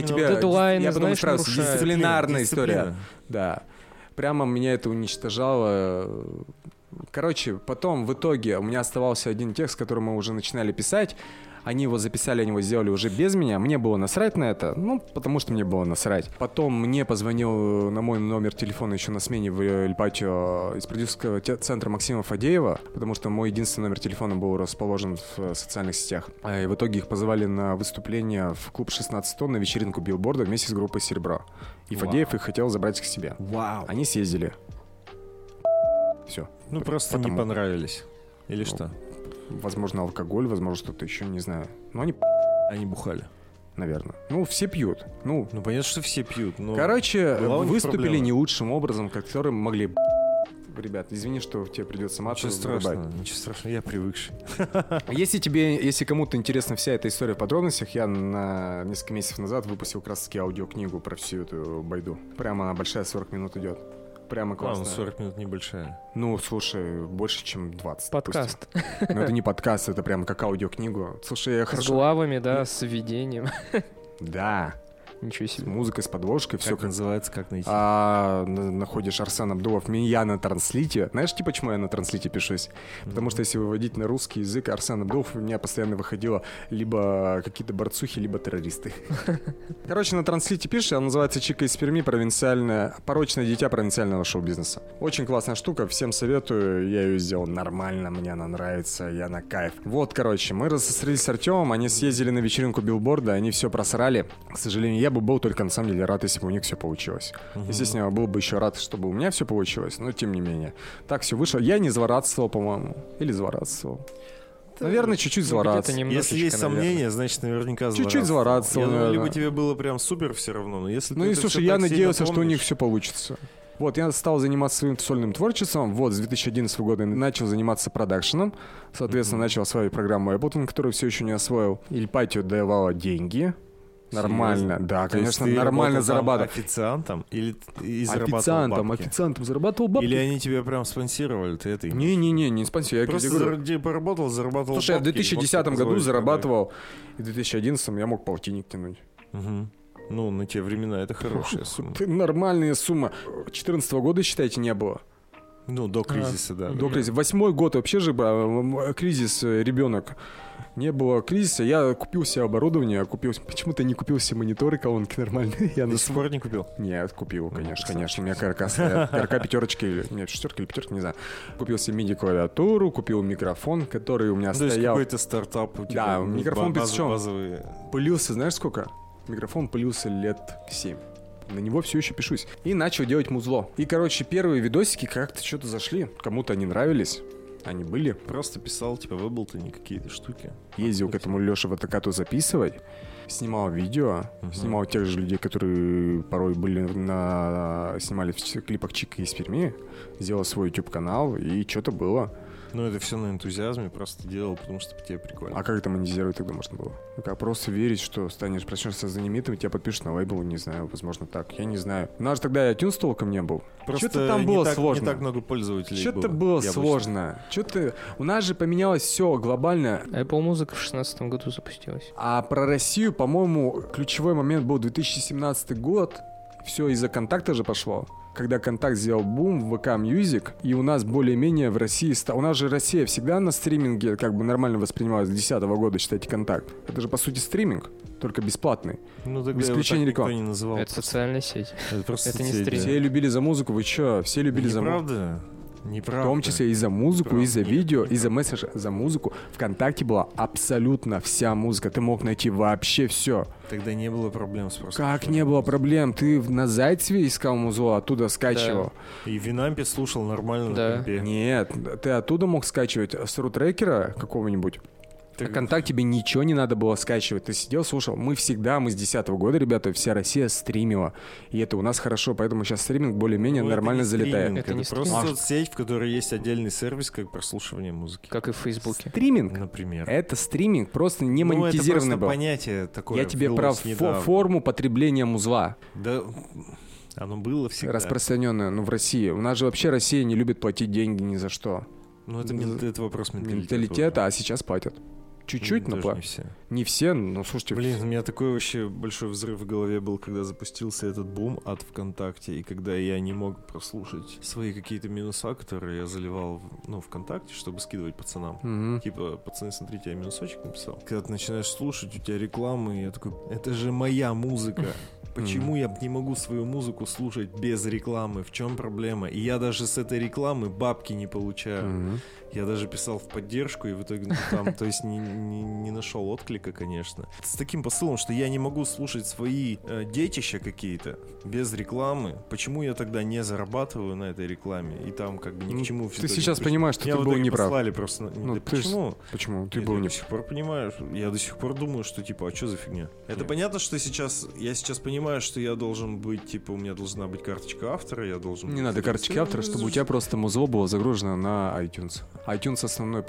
потом справился. Дисциплинарная история. Да. Прямо меня это уничтожало. Короче, потом в итоге у меня оставался один текст, который мы уже начинали писать. Они его записали, они его сделали уже без меня. Мне было насрать на это, потому что мне было насрать. Потом мне позвонил на мой номер телефона еще на смене в Эльпатио из продюсерского центра Максима Фадеева, потому что мой единственный номер телефона был расположен в социальных сетях. И в итоге их позвали на выступление в клуб 16 тонн на вечеринку билборда вместе с группой «Серебро». И Фадеев их хотел забрать к себе. Вау. Они съездили. Все. Просто не понравились. Или что? Возможно, алкоголь, возможно, что-то еще, не знаю. Но они бухали. Наверное. Все пьют. Понятно, что все пьют. Короче, выступили не лучшим образом, которым могли... Ребят, извини, что тебе придется мат. Ничего страшного, я привыкший. Если кому-то интересна вся эта история в подробностях, я на несколько месяцев назад выпустил как раз таки аудиокнигу про всю эту байду. Прямо она большая, 40 минут идет. Прямо классно. 40 минут небольшая. Слушай, больше, чем 20. Подкаст. Но это не подкаст, это прямо как аудиокнигу. Слушай, я хорошо... С главами, да, с введением. Да. Ничего себе. С музыкой, с подложкой. Как все называется, как найти? Находишь Арсен Абдулов. Я на транслите. Знаешь, почему я на транслите пишусь? Потому что если выводить на русский язык Арсен Абдулов, у меня постоянно выходило либо какие-то борцухи, либо террористы. Короче, на транслите пишешь, она называется «Чика из Перми. Порочное дитя провинциального шоу-бизнеса». Очень классная штука, всем советую. Я ее сделал нормально, мне она нравится, я на кайф. Вот, короче, мы рассосрились с Артемом, они съездили на вечеринку билборда, они все просрали. К сожалению, я бы был только на самом деле рад, если бы у них все получилось. Естественно, я был бы еще рад, чтобы у меня все получилось, но тем не менее. Так все вышло. Я не злорадствовал, по-моему. Или злорадствовал. Наверное, чуть-чуть злорадствовал. Если есть сомнения, значит, наверняка злорадствовал. Чуть-чуть злорадствовал. Либо тебе было прям супер все равно, но если ну и слушай, я надеялся, что у них все получится. Вот, я стал заниматься своим сольным творчеством. Вот, с 2011 года начал заниматься продакшеном. Соответственно, начал осваивать программу Ableton, которую все еще не освоил. Ильпатио давала деньги. Нормально, серьезно? Да, конечно, нормально зарабатывал. Официантом или зарабатывал бабки? Официантом зарабатывал бабки. Или они тебя прям спонсировали, ты это имеешь? Не спонсировали. Просто поработал, зарабатывал. Слушай, бабки. Я в 2010 году зарабатывал, и в 2011 я мог полтинник тянуть. Ну, на те времена это хорошая сумма. Нормальная сумма. 2014 года, считайте, не было. Ну, до кризиса, да. До кризиса. 8-й год вообще же кризис, ребенок. Не было кризиса, я купил себе оборудование, почему-то не купил себе мониторы, колонки нормальные. Я до сих пор не купил? Нет, купил, конечно. У меня КРК стоят. КРК пятерочки, нет, шестерки или пятерки, не знаю. Купил себе MIDI-клавиатуру, купил микрофон, который у меня стоял. То есть какой-то стартап у тебя? Да, микрофон базовые. Пылился, знаешь сколько? Микрофон пылился лет 7. На него все еще пишусь. И начал делать музло. И, короче, первые видосики как-то что-то зашли. Кому-то они нравились. Они были. Просто писал, типа, в Ableton какие-то штуки. Ездил к этому Лёше в Атакату записывать. Снимал видео. Снимал тех же людей, которые порой были снимали в клипах Чика из Перми. Сделал свой YouTube-канал, и что-то было. Ну, это все на энтузиазме, просто делал, потому что тебе прикольно. А как это монетизировать тогда можно было? Ну, как просто верить, что начнешь знаменитым, тебя подпишут на лейбл, не знаю, возможно так, я не знаю. У нас же тогда и iTunes толком не был. Что-то там было сложно. Не так много пользователей Что-то было сложно. Что-то... У нас же поменялось все глобально. Apple Music в 2016 году запустилась. А про Россию, по-моему, ключевой момент был 2017 год. Все из-за контакта же пошло. Когда Контакт сделал бум в ВК Music, и у нас более-менее в России... У нас же Россия всегда на стриминге как бы нормально воспринималась с 2010 года, считайте, Контакт. Это же, по сути, стриминг, только бесплатный. Ну, тогда без исключения рекламы. Не называл. Это социальная сеть. Это не стрим. Все любили за музыку, вы чё? Все любили за музыку. Неправда. Неправда. В том числе и за музыку, и за видео, и за месседж, за музыку. ВКонтакте была абсолютно вся музыка. Ты мог найти вообще все. Тогда не было проблем с просто. Как не было проблем? Ты на Зайцеве искал музло, оттуда скачивал. Да. И в Винампе слушал нормально на компе. Нет, ты оттуда мог скачивать с рутрекера какого-нибудь. ВКонтакте тебе ничего не надо было скачивать. Ты сидел, слушал. Мы с 2010 года, ребята, вся Россия стримила. И это у нас хорошо, поэтому сейчас стриминг более-менее нормально залетает. Это не просто соцсеть, в которой есть отдельный сервис, как прослушивание музыки. Как и в Фейсбуке. Стриминг, например. Это стриминг, просто не монетизированный был. Это понятие такое. Я тебе про форму потребления музла. Да... Оно было всегда. Распространенное, в России. У нас же вообще Россия не любит платить деньги ни за что. Ну, это вопрос менталитета, а сейчас платят. Чуть-чуть, но не все. Не все, но слушайте. Блин, у меня такой вообще большой взрыв в голове был, когда запустился этот бум от ВКонтакте, и когда я не мог прослушать свои какие-то минуса, которые я заливал ВКонтакте, чтобы скидывать пацанам. Типа, пацаны, смотрите, я минусочек написал. Когда ты начинаешь слушать, у тебя рекламы, и я такой, это же моя музыка. Почему я не могу свою музыку слушать без рекламы? В чем проблема? И я даже с этой рекламы бабки не получаю. Я даже писал в поддержку, и в итоге там, то есть не нашел отклика, конечно. С таким посылом, что я не могу слушать свои детища какие-то без рекламы. Почему я тогда не зарабатываю на этой рекламе? И там как бы ни к чему. Ты сейчас понимаешь, что ты был неправ. Послали просто. Почему? Почему? Ты был неправ. Я до сих пор понимаю. Я до сих пор думаю, что типа, а что за фигня? Это понятно, что я сейчас понимаю, что я должен быть, типа, у меня должна быть карточка автора, я должен... Не надо карточки автора, чтобы у тебя просто музло было загружено на iTunes. iTunes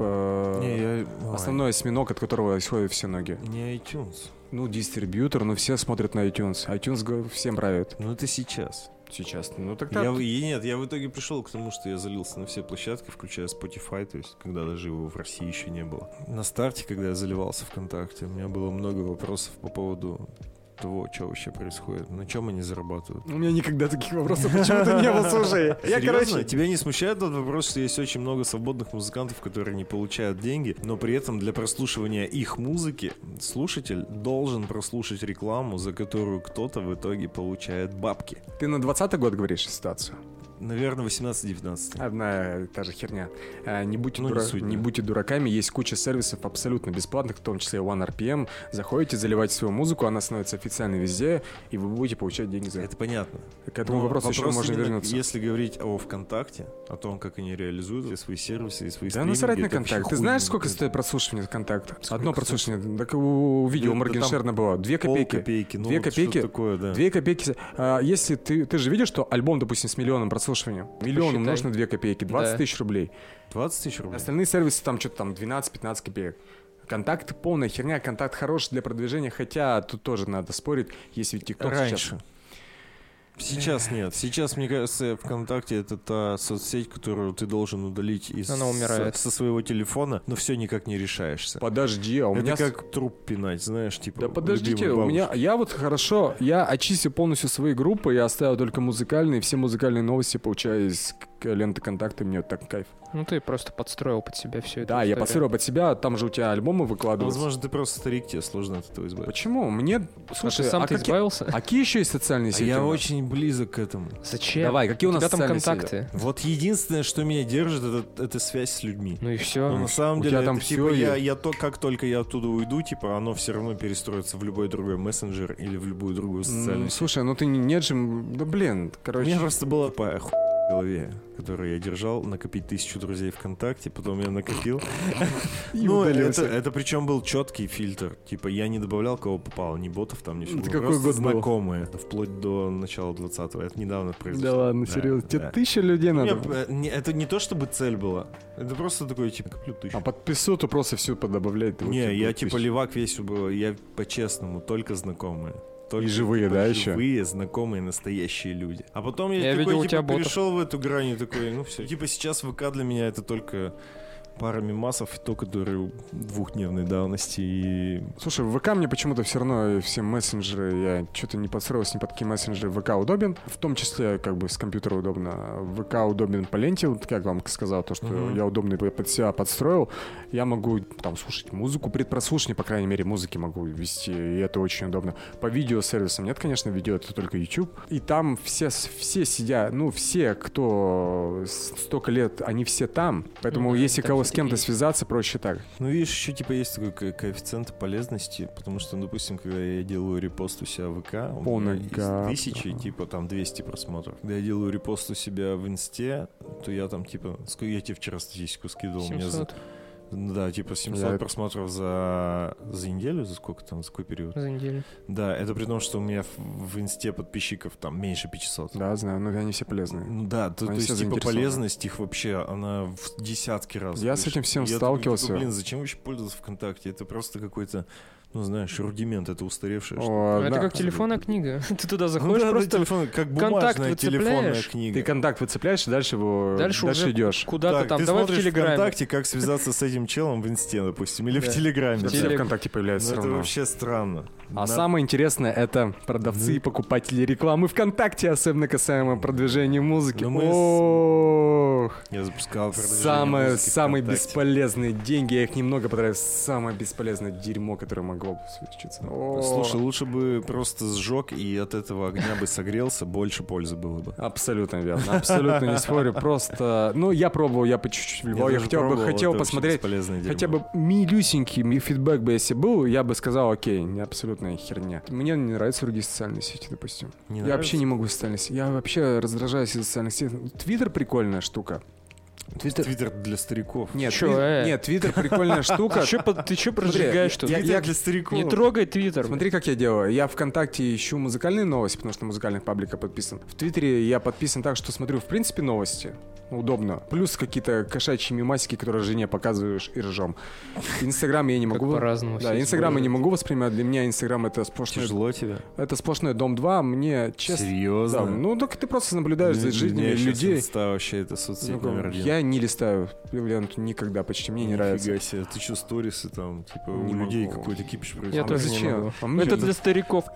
основной осьминог, от которого исходят все ноги. Не iTunes. Дистрибьютор, но все смотрят на iTunes. iTunes всем правит. Это сейчас. Сейчас. Тогда... Я в итоге пришел к тому, что я залился на все площадки, включая Spotify, то есть, когда даже его в России еще не было. На старте, когда я заливался ВКонтакте, у меня было много вопросов по поводу того, что вообще происходит, на чем они зарабатывают. У меня никогда таких вопросов почему-то не было, слушай. Серьезно? Тебя не смущает тот вопрос, что есть очень много свободных музыкантов, которые не получают деньги, но при этом для прослушивания их музыки слушатель должен прослушать рекламу, за которую кто-то в итоге получает бабки. Ты на 20-й год говоришь ситуацию? Наверное, 18-19. Одна и та же херня. Не будьте, Ну, не суть, не да. будьте дураками, есть куча сервисов абсолютно бесплатных, в том числе OneRPM. Заходите, заливайте свою музыку, она становится официальной везде, и вы будете получать деньги за это. Это понятно. К этому Но вопросу еще вопрос можно именно, вернуться. Если говорить о ВКонтакте, о том, как они реализуют все свои сервисы и свои Да стриминги, насрать на это вообще контакт. Ты хуй знаешь, не сколько знает. стоит прослушивание контакта? Сколько, Одно кстати? прослушивание. Так у видео у Да, Моргенштерна было 2 копейки. Полкопейки, ну 2 вот копейки. что-то такое, да. 2 копейки. Если ты же видишь, что альбом, допустим, с миллионом прослушивания. Миллион Посчитай. умножить на 2 копейки, 20 Да. тысяч рублей. 20 тысяч рублей? Остальные сервисы там что-то там 12-15 копеек. Контакт полная херня, контакт хорош для продвижения, хотя тут тоже надо спорить, есть ведь ТикТок Раньше. сейчас. Сейчас нет. Сейчас, мне кажется, ВКонтакте это та соцсеть, которую ты должен удалить Она умирает. со своего телефона, но все никак не решаешься. Подожди, а у Это меня... как труп пинать, знаешь, типа. Да подождите, любимой у меня... бабушки. Я вот хорошо, я очистил полностью свои группы, я оставил только музыкальные, все музыкальные новости получаю из ленты контакта, мне так кайф. Ну, ты просто подстроил под себя все это. Да, я подстроил под себя, там же у тебя альбомы Ну, выкладываются. возможно, ты просто старик, тебе сложно от этого избавиться. Почему? Мне... А ты Слушай, сам-то какие... избавился? какие еще есть социальные А сети? я у нас? очень близок к этому. Зачем? Давай, какие у нас тебя там социальные контакты? Вот единственное, что меня держит, это связь с людьми. Ну и все. Но на самом у деле, тебя там это, типа, всё как только я оттуда уйду, типа, оно все равно перестроится в любой другой мессенджер или в любую другую социальную сеть. Слушай, ну ты нет же... Да блин, У короче... меня просто была тупая хуйня в голове, которую я держал, накопить 1000 друзей ВКонтакте, потом я накопил. И Ну, удалился. это причем был четкий фильтр. Типа, я не добавлял, кого попало, ни ботов там, ни всего. Это какой Просто год был? знакомые, вплоть до начала 20-го. Это недавно произошло. Да ладно, серьезно. Тебе 1000 людей надо? Это не то, чтобы цель была. Это просто такой, типа, коплю 1000. А подпису-то просто все подобавлять. Не, я типа левак весь был, я по-честному, только знакомые. Только, И живые, да, еще? Живые, знакомые, настоящие люди. А потом я, Я такой, видел у типа, тебя ботов. перешел в эту грань и такой, ну все. Типа сейчас ВК для меня это только пара мемасов, и то, которые двухдневной давности. И... Слушай, в ВК мне почему-то все равно все мессенджеры, я что-то не подстроился ни под какие мессенджеры. ВК удобен, в том числе как бы с компьютера удобно. ВК удобен по ленте, вот как вам сказал, то, что я удобный под себя подстроил. Я могу там слушать музыку, предпрослушивание, по крайней мере, музыки могу вести, и это очень удобно. По видеосервисам нет, конечно, видео, это только YouTube. И там все сидят, ну, все, кто столько лет, они все там. Поэтому Ну да, если так кого всё с кем-то есть. связаться, проще так. Ну, видишь, еще типа есть такой коэффициент полезности, потому что, допустим, когда я делаю репост у себя в ВК, у Полный меня из гад, 1000, ага. типа там 200 просмотров. Когда я делаю репост у себя в Инсте, то я там типа, я тебе вчера статистику скидывал, у меня 700 да, типа 700 Я- просмотров за неделю, за сколько там, за какой период? за неделю. Да, это при том, что у меня в Инсте подписчиков там меньше 500. Да, знаю, но они все полезные. Ну да, то Они есть все типа заинтересованы. полезность их вообще, она в десятки раз. Я с выше. этим всем Я такой, сталкивался. типа, блин, зачем вообще пользоваться ВКонтакте? Это просто какой-то, ну знаешь, рудимент, это устаревшее. что-то. О, Это да. как телефонная книга. Ты туда Ну заходишь, да, просто телефон, как контакт бумажная телефонная выцепляешь. книга. Ты контакт выцепляешь, и дальше его дальше уже идешь. куда-то Так, там. ты Давай в смотришь Телеграме. ВКонтакте, как связаться с этим челом в Инсте, допустим, или в Да. Телеграме. Это Телег- все ВКонтакте появляется Ну, все это равно. вообще странно. А самое интересное — это продавцы и покупатели рекламы ВКонтакте, особенно касаемо продвижения музыки. Ну, мы с- Ох! Я запускал продвижение музыки Самые ВКонтакте. бесполезные деньги, я их немного потратил. Самое бесполезное дерьмо, которое могло бы случиться. О. Слушай, лучше бы просто сжег и от этого огня бы согрелся, больше пользы было бы. Абсолютно верно, абсолютно не спорю. Просто, ну, я пробовал, я по чуть-чуть вливал. Я даже хотел пробовал, хотел это вообще посмотреть, бесполезное дерьмо. хотя бы милюсенький фидбэк бы если был, я бы сказал, окей, абсолютная херня. Мне не нравятся другие социальные сети, допустим. Не Я нравится? вообще не могу социальные сети. Я вообще раздражаюсь из социальных сетей. Твиттер прикольная штука. Твиттер для стариков. Нет, Чё, Нет, Твиттер прикольная штука. Ты чё прожигаешь тут? Твиттер для стариков. Не трогай Твиттер. Смотри, как я делаю. Я ВКонтакте ищу музыкальные новости, потому что на музыкальных пабликах подписан. В Твиттере я подписан так, что смотрю, в принципе, новости. Удобно. Плюс какие-то кошачьи мемасики, которые жене показываешь и ржем. Инстаграм я не Как могу... по-разному Да, все Инстаграм я не используют. могу воспринимать. Для меня Инстаграм — это сплошной... Тяжело тебе? Это сплошной Дом 2. Мне честно... Серьезно? Да, ну, так ты просто наблюдаешь за жизнями людей. Инста вообще это соцсеть Ну, номер один. я не листаю ленту никогда, почти мне не нравится. Нифига себе, ты что, сторисы там, типа, Не у людей могу. какой-то кипиш происходит? Я тоже не зачем? могу. А мне Это не- для стариков.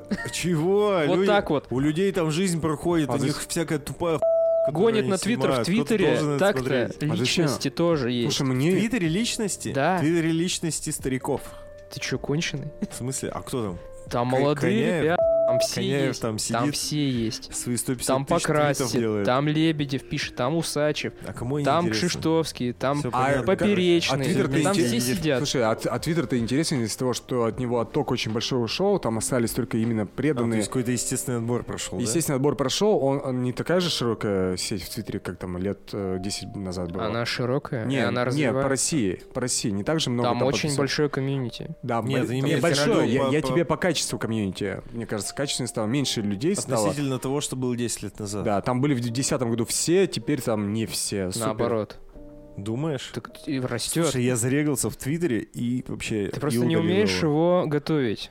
Чего? Вот Люди- так вот. У людей там жизнь проходит, А у за- них всякая тупая которую Гонит они на Твиттер. В снимают. Кто-то Твиттере должен это так-то смотреть. А зачем? личности тоже есть. Слушай, В мне... Твиттере личности? Да. В Твиттере личности стариков. Ты чё, конченый? В смысле? А кто там? Там молодые Коняев? ребята. Там все Коняев есть. там сидит. Там все есть. Свои 150 Там тысяч твитов Покрасье, делает. там Лебедев пишет, там Усачев, А кому не там интересно? Кшиштовский, там Всё понятно. Поперечный. Твиттер-то Там все интересен. сидят. Слушай, а Твиттер-то интересен из-за того, что от него отток очень большого ушел, там остались только именно То преданные. есть какой-то естественный отбор прошел, да? Естественно, отбор прошел, он не такая же широкая сеть в Твиттере, как там лет 10 назад была. Она широкая, и Не, она не, развивается. по России, не так же много. Там очень подписано. большое комьюнити. Да, Нет, там имеется в большое. виду Я по- тебе по качеству комьюнити. Мне кажется, качественнее стало, меньше людей стало. Относительно того, что было 10 лет назад. Да, там были в 2010 году все, теперь там не все. Супер. Наоборот. Думаешь? Так и растет. Слушай, я зарегался в Твиттере и вообще... Ты просто и не удалил умеешь его готовить.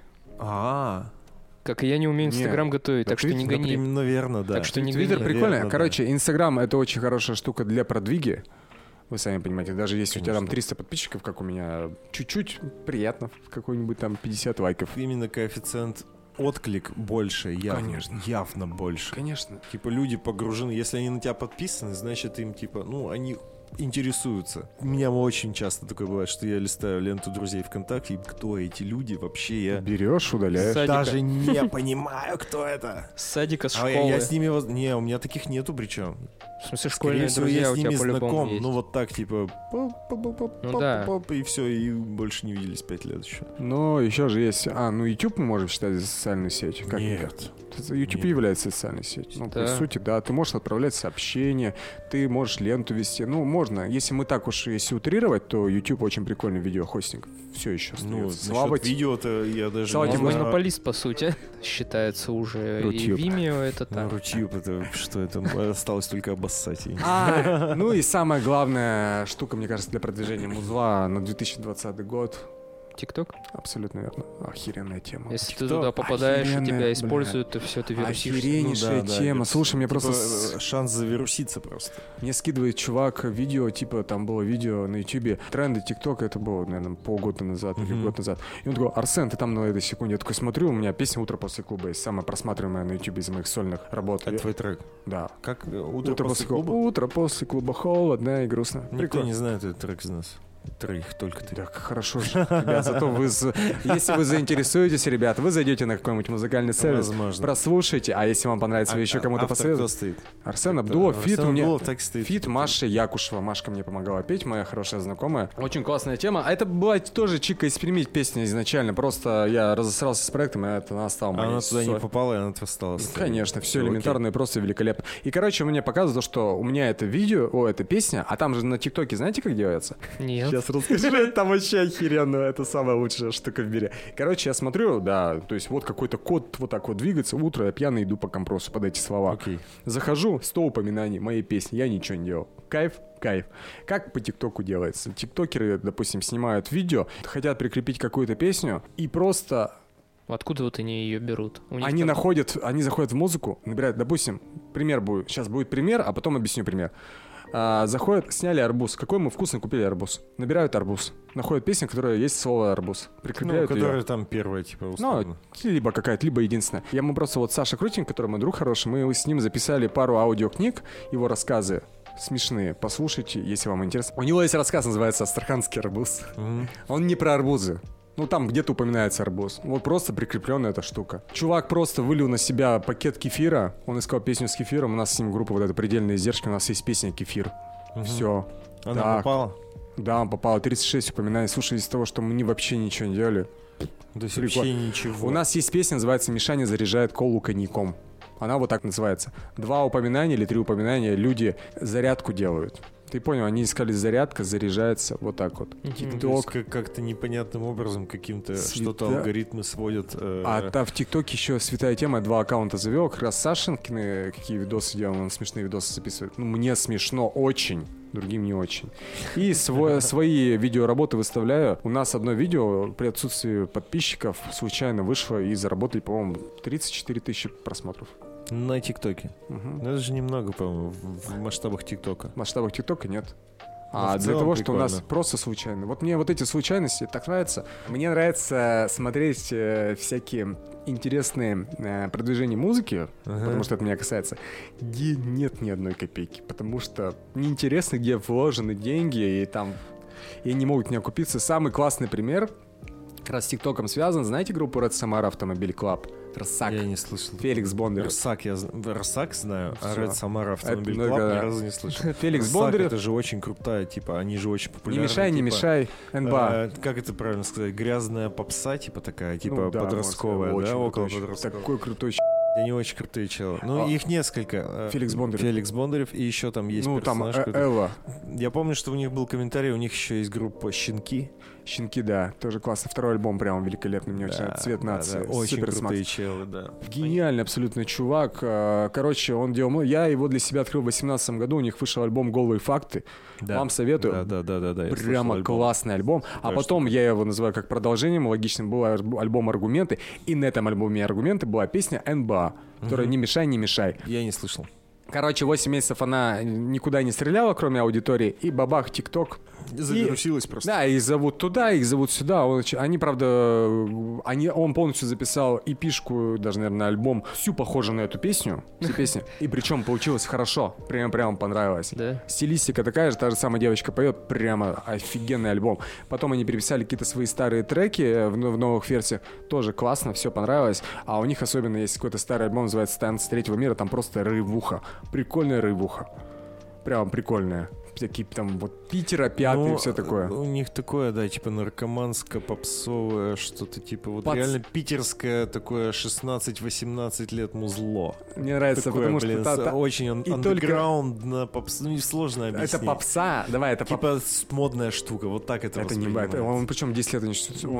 А, Как и я не умею Не, Инстаграм готовить, так что не гони. наверное, да. Так что не Твиттер гони. прикольно. Наверно, да. Короче, Инстаграм — это очень хорошая штука для продвиги. Вы сами понимаете, даже если у тебя там Конечно. 300 подписчиков, как у меня, чуть-чуть приятно, какой-нибудь там 50 лайков. Именно коэффициент отклик больше, Конечно. явно больше. Конечно. Типа люди погружены, если они на тебя подписаны, значит им типа, ну, они интересуются. У меня очень часто такое бывает, что я листаю ленту друзей ВКонтакте, и кто эти люди вообще, я Берешь, удаляешь. Садика. даже не понимаю, кто это. С садика, с А школы. я с ними... Не, у меня таких нету причем. В смысле, Скорее школьные всего, друзья я у с тебя ними по-любому знаком. есть. Ну вот так, типа... Ну да. И все, и больше не виделись 5 лет еще. Но еще же есть... ну YouTube мы можем считать за социальную сеть. Как Нет. YouTube Нет. является социальной сетью. Ну, Да. по сути, да. Ты можешь отправлять сообщения, ты можешь ленту вести. Ну, можно. Если мы так уж, если утрировать, то YouTube очень прикольный видеохостинг. Все еще Ну, остается. Слава насчет видео-то я даже... Слава Он тебе, не знаю. монополист, по сути, считается уже. Рутюб. И Vimeo это Ну, так. Рутюб, это что это? Осталось только обоссать. Ну и самая главная штука, мне кажется, для продвижения музла на 2020 год. ТикТок? Абсолютно верно. Охеренная тема. Если ты TikTok туда попадаешь, и охеренная, тебя используют, то все, ты вирусишься. Охереннейшая Ну да, тема. да, Слушай, мне типа, просто... шанс завируситься просто. Мне скидывает чувак видео, типа, там было видео на ютубе, тренды ТикТока, это было, наверное, полгода назад или Мгм. год назад. И он такой: Арсен, ты там на этой секунде. Я такой смотрю, у меня песня «Утро после клуба» есть, самая просматриваемая на ютубе из моих сольных работ. Это твой трек. Да. Как утро после клуба? Утро после клуба, холодно и грустно. Никто Прикольно. не знает этот трек из нас. Троих, только ты. Так, хорошо же, ребят, зато вы, если вы заинтересуетесь, ребят, вы зайдете на какой-нибудь музыкальный сервис, Возможно. прослушайте, а если вам понравится, вы еще кому-то автор посоветуете. кто стоит? Арсен Абдулов, фит у меня. Так стоит. Фит Маша Якушева. Машка мне помогала петь, моя хорошая знакомая. Очень классная тема. А это была тоже Чика из Перми песня изначально. Просто я разосрался с проектом, и это она стала моей. Она туда не соль. попала, и она осталась. Конечно, все Окей. элементарно и просто великолепно. И, короче, мне показывают, что у меня это видео, эта песня, а там же на ТикТоке, знаете, как делается? Нет. Сейчас расскажу, там вообще охеренно, это самая лучшая штука в мире. Короче, я смотрю, да, то есть вот какой-то код вот так вот двигается, утро, я пьяный иду по компросу под эти слова. Окей. Захожу, 100 упоминаний моей песни, я ничего не делал. Кайф, кайф. Как по ТикТоку делается? Тиктокеры, допустим, снимают видео, хотят прикрепить какую-то песню, и просто Откуда вот они ее берут? У них они там- они заходят в музыку, набирают, допустим, пример будет, сейчас будет пример, а потом объясню пример. Заходят, сняли арбуз. Какой мы вкусный купили арбуз. Набирают арбуз. Находят песню, в которой есть слово арбуз. Ну, Прикрепляют её. которая там первая, типа, условно. Ну, либо какая-то, либо единственная. Мы просто вот Саша Крутин, который мой друг хороший, мы с ним записали пару аудиокниг, его рассказы смешные. Послушайте, если вам интересно. У него есть рассказ, называется «Астраханский арбуз». Мгм. Он не про арбузы. Ну, там где-то упоминается арбуз. Вот просто прикрепленная эта штука. Чувак просто вылил на себя пакет кефира. Он искал песню с кефиром. У нас с ним группа вот эта «Предельные издержки». У нас есть песня «Кефир». Мгм. Все. Она Так. попала? Да, он попал. 36 упоминаний. Слушай, из-за того, что мы вообще ничего не делали. То есть Прикольно. вообще ничего. У нас есть песня, называется «Мишаня заряжает колу коньяком». Она вот так называется. 2 упоминания или 3 упоминания люди зарядку делают. Ты понял, они искали зарядка, заряжается, вот так вот. Мгм. То есть ТикТок. как-то непонятным образом каким-то что-то Света- алгоритмы сводят. В ТикТоке еще святая тема, я 2 аккаунта завел, как раз Сашинкины какие видосы делал, он смешные видосы записывает. Ну, мне смешно очень, другим не очень. И свои видеоработы выставляю. У нас одно видео при отсутствии подписчиков случайно вышло и заработали, по-моему, 34 тысячи просмотров. На ТикТоке. Мгм. Ну, это же немного, по-моему, в масштабах ТикТока. В масштабах ТикТока нет. Ну, А в для целом того, что у нас прикольно. просто случайно. Вот мне вот эти случайности так нравятся. Мне нравится смотреть всякие интересные продвижения музыки, потому что это меня касается, где нет ни одной копейки. Потому что неинтересно, где вложены деньги, и там и не могут не окупиться. Самый классный пример как раз с ТикТоком связан. Знаете группу Red Samara Автомобиль Club? Рсак. Я не слышал. Феликс Бондарев. Рсак знаю, а Всё. Red Samara Автомобиль Это Клаб много- ни разу не слышал. Феликс Рсак Бондарев. это же очень крутая, типа, они же очень Не популярны. мешай, не типа, мешай. НБА. Как это правильно сказать? Грязная попса, типа такая, типа Ну да, подростковая, можно сказать, да, очень около крутой, подростковой. Такой крутой Они очень крутые челы. Ну, А, их несколько. Феликс Бондарев. Феликс Бондарев, и еще там есть Ну, там персонаж. который- Элла. Я помню, что у них был комментарий, у них еще есть группа «Щенки». Щенки, да. Тоже классно. Второй альбом прям великолепный. Мне очень Да, нравится. «Цвет да, нации». да, очень Супер крутые челы, да. Гениальный абсолютно чувак. Короче, он делал... Я его для себя открыл в 2018 году. У них вышел альбом «Голые факты». Да. Вам советую. Да. я слышал Прямо альбом. классный альбом. А Да, потом я его называю как продолжением логичным. Был альбом «Аргументы». И на этом альбоме «Аргументы» была песня «НБА», которая «Не мешай, не мешай». Я не слышал. Короче, 8 месяцев она никуда не стреляла, кроме аудитории. И бабах, ТикТок. Завирусилась просто. Да, их зовут туда, их зовут сюда. Они, правда, он полностью записал эпишку, даже, наверное, альбом, всю похожую на эту песню, все песни. И причем получилось хорошо, прям понравилось. Да. Стилистика такая же, та же самая девочка поет, прямо офигенный альбом. Потом они переписали какие-то свои старые треки в новых версиях, тоже классно, все понравилось. А у них особенно есть какой-то старый альбом, называется «Танцы третьего мира», там просто рейвуха, прикольная рейвуха, прям прикольная. Всякие там вот Питера, пятый, все такое. У них такое, да, типа наркоманско-попсовое, что-то типа вот реально питерское такое 16-18 лет музло. Мне нравится, Такое, потому блин, что очень андеграундно, ну сложно объяснить. это попса, давай, это Типа модная штука, вот так это это не воспринимается. он причем 10 лет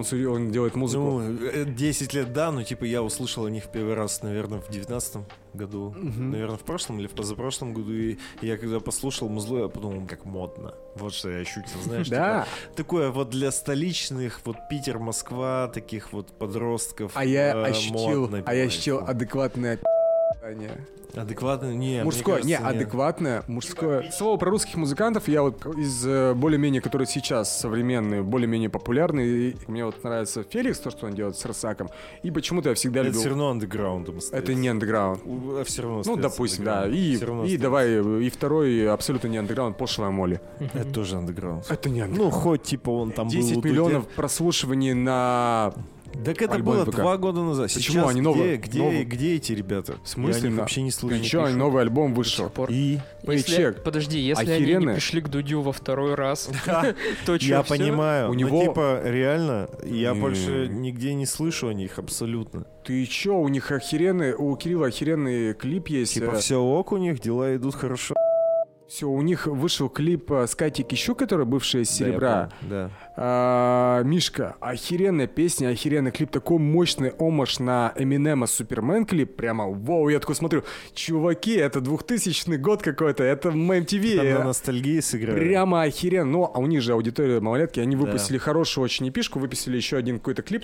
он делает музыку. Ну, 10 лет, да, но типа я услышал о них первый раз, наверное, в 19-м году. Наверное, в прошлом или в позапрошлом году. И я когда послушал музло, я подумал, как модно. Вот что я ощутил, знаешь. Да. Типа, такое вот для столичных, вот Питер, Москва, таких вот подростков. А я модно, ощутил понимаете. адекватное пи***ание. Адекватно? Не, Мужское, мне кажется, нет. адекватное, мужское. Слово про русских музыкантов, я вот из более-менее, которые сейчас современные, более-менее популярные, и мне вот нравится Феликс, то, что он делает с Росаком, и почему-то я всегда Это любил... все равно андеграундом остается. Это не андеграунд. Все равно Ну, остается допустим, да. андеграундом. Всё равно И остается. давай, и второй абсолютно не андеграунд, пошлая Молли. Это тоже андеграунд. Это не Ну, андеграунд. хоть типа он там был... 10 вот миллионов прослушиваний на... Так это альбом было ВК. 2 года назад. Почему Сейчас они где, новые? Где, Новые? где эти ребята? В смысле? Я о них вообще не слышу. Еще новый альбом вышел. И Если, подожди, если они Охеренные. не пришли к Дудю во второй раз, то что, я понимаю, У но него- типа реально, я Не. больше нигде не слышу о них абсолютно. Ты чё, у них охеренный, у Кирилла охеренный клип есть. Типа все ок у них, дела идут хорошо. Все, у них вышел клип с Катей Кищук, которая бывшая из Да, я «Серебра». помню, да. Мишка, охеренная песня, охеренный клип, такой мощный омаж на Эминема «Супермен» клип, прямо вау, я такой смотрю, чуваки, это 2000 год какой-то, это в MTV. Там на ностальгии сыграли. Прямо охеренно. Ну, а у них же аудитория малолетки. Они выпустили хорошую очень эпишку, выпустили еще один какой-то клип,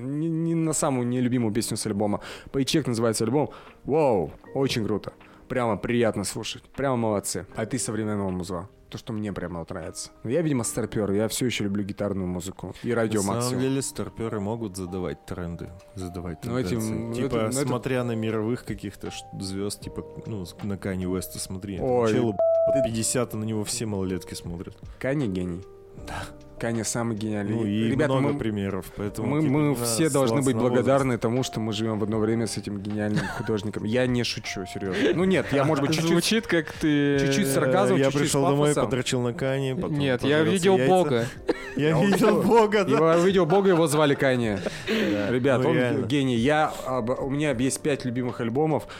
не на самую нелюбимую песню с альбома. «Пейчек» называется альбом. Вау, очень круто. Прямо приятно слушать. Прямо молодцы. А ты современного музла. То, что мне прямо вот нравится. Но я, видимо, старпер. Я все еще люблю гитарную музыку. И радио На самом максимум. деле старперы могут задавать тренды, задавать Ну, этим- тенденции. ну, Типа, это- ну, это- смотря на мировых каких-то звезд, типа, ну, на Канье Уэста смотри. Ой. Челу под 50, а на него все малолетки смотрят. Канье гений. Да. Канье самый гениальный. Ну и Ребята, много мы, примеров, поэтому... мы, типа, мы да, все должны быть ссылаться на благодарны тому, что мы живем в одно время с этим гениальным художником. Я не шучу, серьезно. Ну нет, я, может быть, чуть-чуть... звучит как ты... Чуть-чуть возраст. сарказм, Я чуть-чуть пришел с домой, пафосом. подрочил на Кане, потом Нет, я пожрался видел яйца. Бога. Я А он видел что? Бога, да. Его видел Бога, его звали Канье. Ребят, ну он реально. гений. У меня есть 5 любимых альбомов,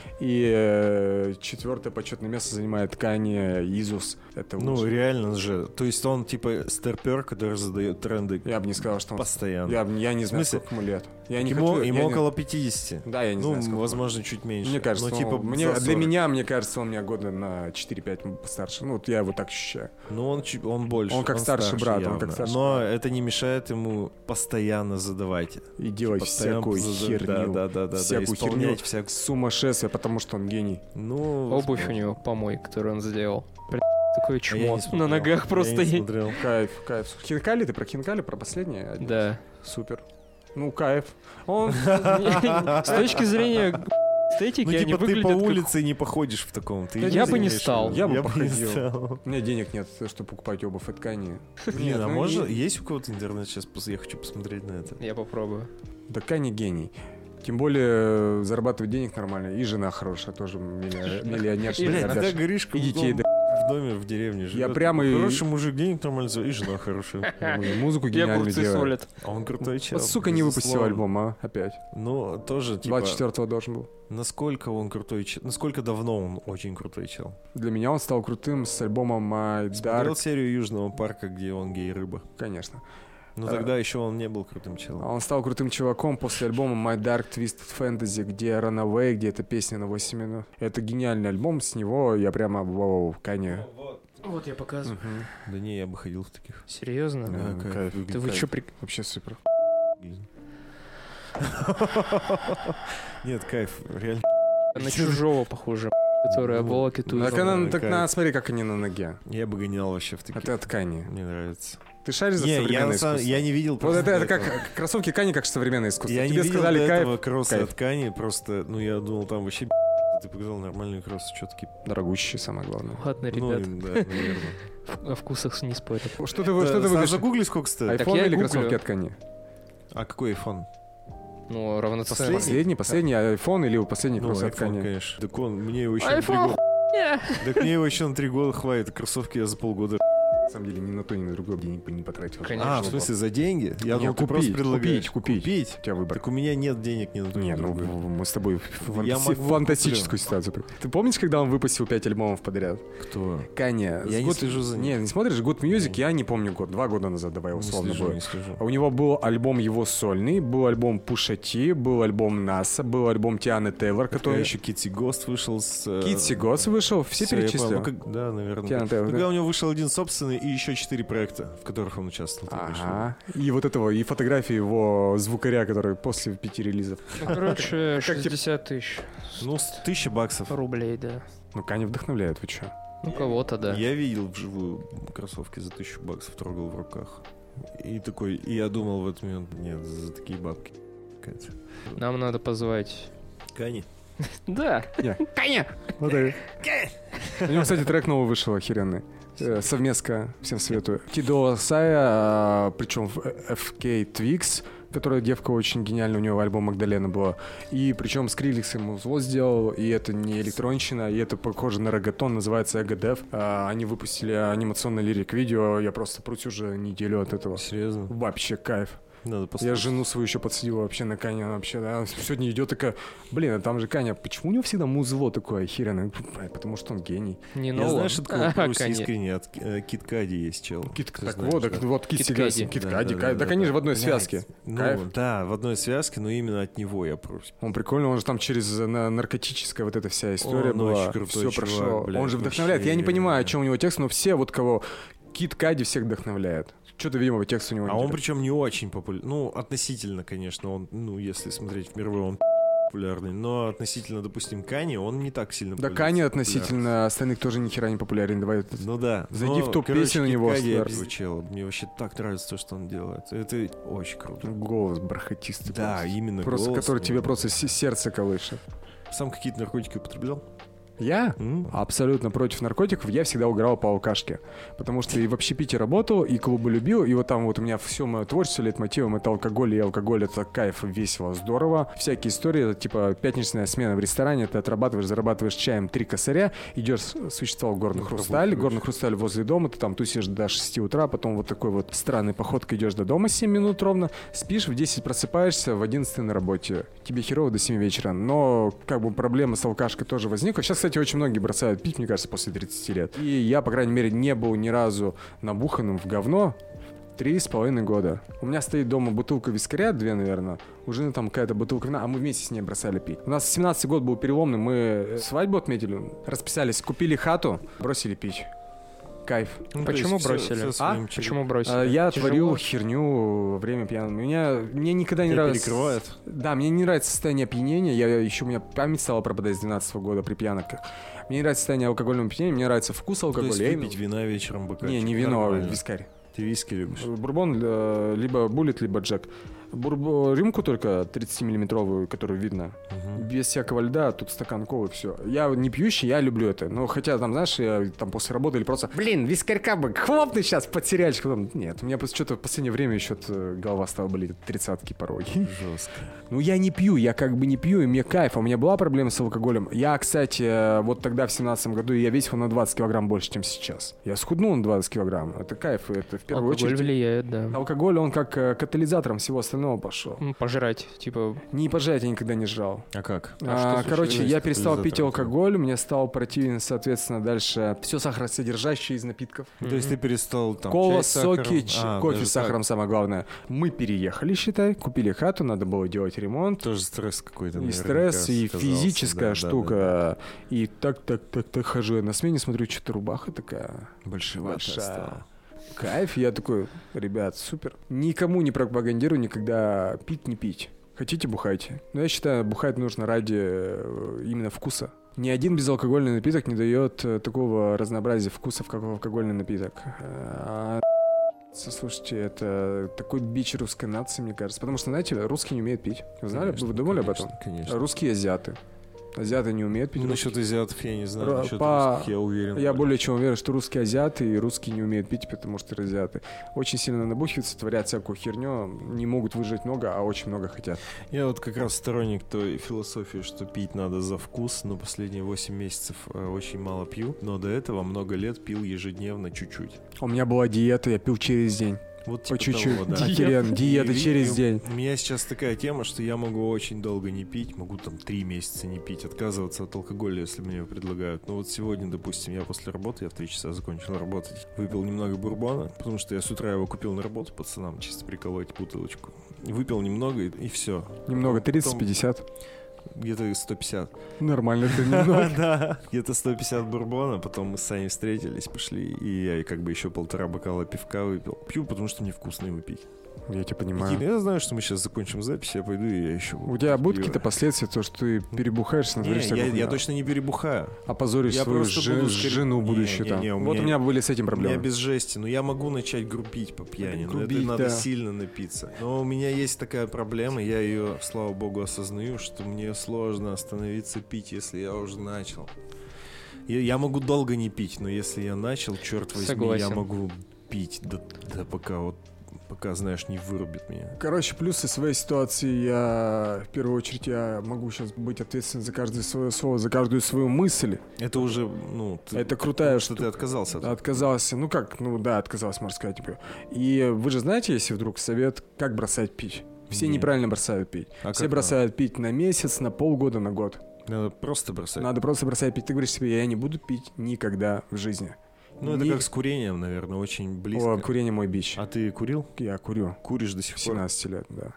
и 4-е почетное место занимает Канье, Изус. Это Ну, лучше. реально же. То есть он, типа, старпер, который задает тренды Я бы не сказал, что он... постоянно. Я не знаю, В смысле? сколько ему лет. Я не Ему, хочу... ему я не- около 50. Да, я не Ну, знаю, сколько. возможно, чуть меньше. Мне кажется, ну, типа, для за 40. меня, мне кажется, он меня года на 4-5 постарше. Ну, вот я его так ощущаю. Ну, он больше. Он как старший брат, он явно. как старший Но брат. это не мешает ему постоянно задавать. И делать Постоянно всякую херню. Да, всякую херню. исполнять всякую... Сумасшествие, потому что он гений. Ну, Обувь у него помой, которую он сделал. Такое а я чмо. не На смотрел. ногах просто Я не есть. смотрел. Кайф, кайф. Хинкали, ты про Хинкали, про последнее? Да. Супер. Ну, кайф. Он... С точки зрения эстетики Ну, они типа, ты выглядят по как... улице не походишь в таком. Ты Я бы не имеешь в стал. виду? Я бы не походил. стал. У меня денег нет, чтобы покупать обувь от ткани. Блин, а ну можно? и- Есть у кого-то интернет сейчас? Я хочу посмотреть на это. Я попробую. Да Кани гений. Тем более зарабатывать денег нормально. И жена хорошая, тоже миллионерша. Блядь, ты так говоришь, И детей, да. в доме в деревне живет. Я прямо Хороший мужик, денег нормально и жена хорошая. Музыку И гениальную огурцы делает. солят. А он крутой чел. Вот, сука, не выпустил безусловно. альбом, а? Опять. Ну, тоже, типа, 24-го должен был. насколько он крутой чел, насколько давно он очень крутой чел. Для меня он стал крутым с альбомом My Смотрел Dark. серию Южного парка, где он гей-рыба. Конечно. Но тогда еще он не был крутым челом. Он стал крутым чуваком после альбома My Dark Twisted Fantasy, где Runaway, где эта песня на 8 минут. Это гениальный альбом, с него я прямо вау, Канье. Вот я показываю. Да не, я бы ходил в таких. Серьезно? Да, кайф, кайф. выглядит Ты вы кайф. что, Вообще супер. Нет, кайф, реально. на чужого похоже, который обволок и ту. Так, так кайф. смотри, как они на ноге. Я бы гонял вообще в А таких. ты от Канье. Мне нравится. Ты шаришь за Не, современное искусство? я не видел Вот просто это до этого. как кроссовки Канье, как современное искусство. Я не Тебе видел сказали до кайф, этого кросса кайф. от Кани, просто, ну, я думал, там вообще ты показал нормальный кросс, четкий. Дорогущий, самое главное. Ладно, Ну, ребят, да, наверное. о вкусах не спорят. Что ты выглядишь? Загугли, сколько стоит? Так Айфон я или гуглю. кроссовки от Канье? А какой iPhone? Ну, равноценно. Последний айфон или последний Ну, кросс от iPhone, Канье? конечно. Так он, мне его еще на 3 Айфон, года. Так мне его еще на 3 года хватит. Кроссовки я за полгода. На самом деле ни на то, ни на другое денег бы не потратил. Конечно. А, в смысле, за деньги? Я Не, думал, ты просто предлагаешь. купить. У тебя выбор. Так у меня нет денег ни на то, ни Не, на ну другое. мы с тобой Я могу фантастическую ситуацию. Ты помнишь, когда он выпустил 5 альбомов подряд? Кто? Канье. Я не слежу за ним. Не, не смотришь? Good Music, я не помню год. 2 года назад, давай Не условно слежу, было. не слежу. А у него был альбом его сольный, был альбом Pusha T, был альбом НАСА, был альбом Тианы Тейлор, Который который... еще Китси Гост вышел с... Китси Гос вышел, все Всё, я перечислил. понял. Ну, да, наверное. Тиана Тейлор, Ну, да? когда у него вышел один собственный и еще 4 проекта, в которых он участвовал. там вышло. Ага. И вот этого, и фотографии его звукаря, который после 5 релизов. Ну, короче, Как тебе- 60 тысяч Ну, 1000 баксов. рублей, да. Ну, Канье вдохновляет, вы чё? Ну, кого-то, да. Я видел вживую кроссовки за 1000 баксов, трогал в руках. И такой, и я думал в этот момент, нет, за такие бабки. Катя. Нам надо позвать. Кани. Да. Канье! Вот так. У него, кстати, трек новый вышел, охеренный. Совместка, всем советую. Тидо Сая, причем в FK Twix, которая девка очень гениальная, у него альбом Магдалена была. И причем Скриликс ему зло сделал, и это не электронщина, и это похоже на регатон, называется Эго Дев. Они выпустили анимационный лирик-видео, я просто пруть уже неделю от этого. Серьезно? Вообще кайф. Надо Я послушать. жену свою еще подсадил вообще на Канье, она вообще, да, сегодня идет такая, блин, а там же Канье, почему у него всегда музло такое охеренное? Потому что он гений. Не Я Нолан. знаешь, от кого прусь Канье. искренне? От Кит Кади есть чел. Кит, Ты так знаешь, вот, да? так вот Кит Кит Кади, Кади. Кит Да, Кади, да, Кади. да, Так да, они да. же в одной Блядь, связке. Ну, Кайф. да, в одной связке, но именно от него я прусь. Он прикольный, он же там через наркотическая вот эта вся история Он была. очень крутой Все чувак, прошел. блядь, Он же вдохновляет. Я не вообще. понимаю, о чем у него текст, но все вот кого Кит Кади всех вдохновляет. Что-то, видимо, текст у него А он интересный. причем не очень популярный. Ну, относительно, конечно, он, ну, если смотреть мировой, он популярный. Но относительно, допустим, Кани, он не так сильно Да пользуется Канье популярностью. относительно остальных тоже ни хера не популярен. Давай Ну да. Зайди но, в топ короче, песен у Кит него, Кади я Стар. пиздучел. Мне вообще так нравится то, что он делает. Это очень круто. голос бархатистый. Да, просто. именно Просто, голос который у тебе него. просто сердце колышет. Сам какие-то наркотики употреблял? Я? М? Абсолютно против наркотиков. Я всегда играл по алкашке. Потому что и в общепите работал, и клубы любил. И вот там вот у меня все мое творчество лейтмотивом это алкоголь. И алкоголь это кайф, весело, здорово. Всякие истории, это типа пятничная смена в ресторане. Ты отрабатываешь, зарабатываешь чаем 3 косаря. Идешь, существовал Горный Хрусталь. Горный Хрусталь возле дома. Ты там тусишь до 6 утра. Потом вот такой вот странной походкой идешь до дома 7 минут ровно. Спишь, в 10 просыпаешься, в 11 на работе. Тебе херово до 7 вечера. Но как бы проблема с алкашкой тоже возникла. Сейчас, кстати, очень многие бросают пить, мне кажется, после 30 лет. И я, по крайней мере, не был ни разу набуханным в говно 3,5 года. У меня стоит дома бутылка вискаря, 2, наверное. У жены там какая-то бутылка вина, а мы вместе с ней бросали пить. У нас 17 год был переломный, мы свадьбу отметили, расписались, купили хату, бросили пить. Кайф. Ну, то Почему есть всё- бросили? всё своим чередом. Почему бросили? Я Тяжело? творил херню во время пьяным. Мне никогда не Тебя нравилось... перекрывает? Да, мне не нравится состояние опьянения. У меня память стала пропадать с 12 года при пьянках. Мне не нравится состояние алкогольного опьянения, мне нравится вкус То алкоголя. есть Я выпить вина вечером бокальчик? Не вино, а Нормально. вискарь. Ты виски любишь? Бурбон, либо буллет, либо джек. Рюмку только 30-миллиметровую, которую видно. Без всякого льда, тут стакан колы, все. Я не пьющий, я люблю это. Но хотя там, знаешь, я там после работы или просто, вискарька бы хлопнуть сейчас под сериальчик. Нет, у меня просто что-то в последнее время еще голова стала болеть, 30-ки пороги. Жестко. Ну, я не пью, я как бы не пью, и мне кайф. У меня была проблема с алкоголем. Я, кстати, вот тогда в 17-м году я весил на 20 килограмм больше, чем сейчас. Я схуднул на 20 килограмм. Это кайф, это в первую Алкоголь очередь. влияет, да. Алкоголь, он как катализатором всего остального пошел. Пожрать, типа... Не пожрать я никогда не жрал. А как? Короче, я перестал пить алкоголь, мне стал противен, соответственно, дальше все сахаросодержащее из напитков. То есть ты перестал там Кола, чай с сахаром? соки, кофе с сахаром, так. самое главное. Мы переехали, считай, купили хату, надо было делать ремонт. Тоже стресс какой-то, И стресс, и сказался, физическая да, штука. да. И так хожу я на смене, смотрю, что-то рубаха такая Большая стала. Кайф, я такой, ребят, супер. Никому не пропагандирую никогда пить, не пить. Хотите, бухайте. Но я считаю, бухать нужно ради именно вкуса. Ни один безалкогольный напиток не дает такого разнообразия вкусов, как алкогольный напиток. Слушайте, это такой бич русской нации, мне кажется. Потому что, знаете, русские не умеют пить. Вы знали? Конечно, Вы думали об этом? Конечно. Русские азиаты. Азиаты не умеют пить. Насчет азиатов я не знаю, насчет русских я уверен. Я более чем уверен, что русские азиаты и русские не умеют пить, потому что азиаты очень сильно набухиваются, творят всякую херню, не могут выжить много, а очень много хотят. Я вот как раз сторонник той философии, что пить надо за вкус, но последние 8 месяцев очень мало пью, но до этого много лет пил ежедневно чуть-чуть. У меня была диета, я пил через день. Вот по типа чуть-чуть. того, да. Диета через день. У меня сейчас такая тема, что я могу очень долго не пить, могу там 3 месяца не пить, отказываться от алкоголя, если мне его предлагают. Но вот сегодня, допустим, я после работы, я в 3 часа закончил работать, выпил немного бурбона, потому что я с утра его купил на работу пацанам, чисто приколоть бутылочку. Выпил немного и все. Немного, 30-50. Где-то 150. Нормально, это немного. Да, где-то 150 бурбона, потом мы с Саней встретились, пошли, и я как бы еще 1,5 бокала пивка выпил. Пью, потому что мне вкусно его пить. Я тебя понимаю. Я знаю, что мы сейчас закончим запись, я пойду и я еще... У тебя будут какие-то последствия, то, что ты перебухаешься, натворишься? Я точно не перебухаю. Опозоришь свою жену будущую там. Вот у меня были с этим проблемы. У меня без жести, но я могу начать грубить по пьяни, но это надо сильно напиться. Но у меня есть такая проблема, я ее, слава богу, осознаю, что мне сложно остановиться пить, если я уже начал. Я могу долго не пить, но если я начал, черт возьми, Согласен. я могу пить до пока, знаешь, не вырубит меня. Короче, плюсы своей ситуации я, в первую очередь, я могу сейчас быть ответственен за каждое свое слово, за каждую свою мысль. Это уже, это крутая что ты отказался от этого. Отказался, отказался, можно сказать. Типа. И вы же знаете, если вдруг совет, как бросать пить? Все неправильно бросают пить. Все бросают пить на месяц, на полгода, на год. Надо просто бросать. Надо просто бросать пить. Ты говоришь себе, я не буду пить никогда в жизни. Это как с курением, наверное, очень близко. Курение мой бич. А ты курил? Я курю. Куришь до сих пор? 17 лет, да.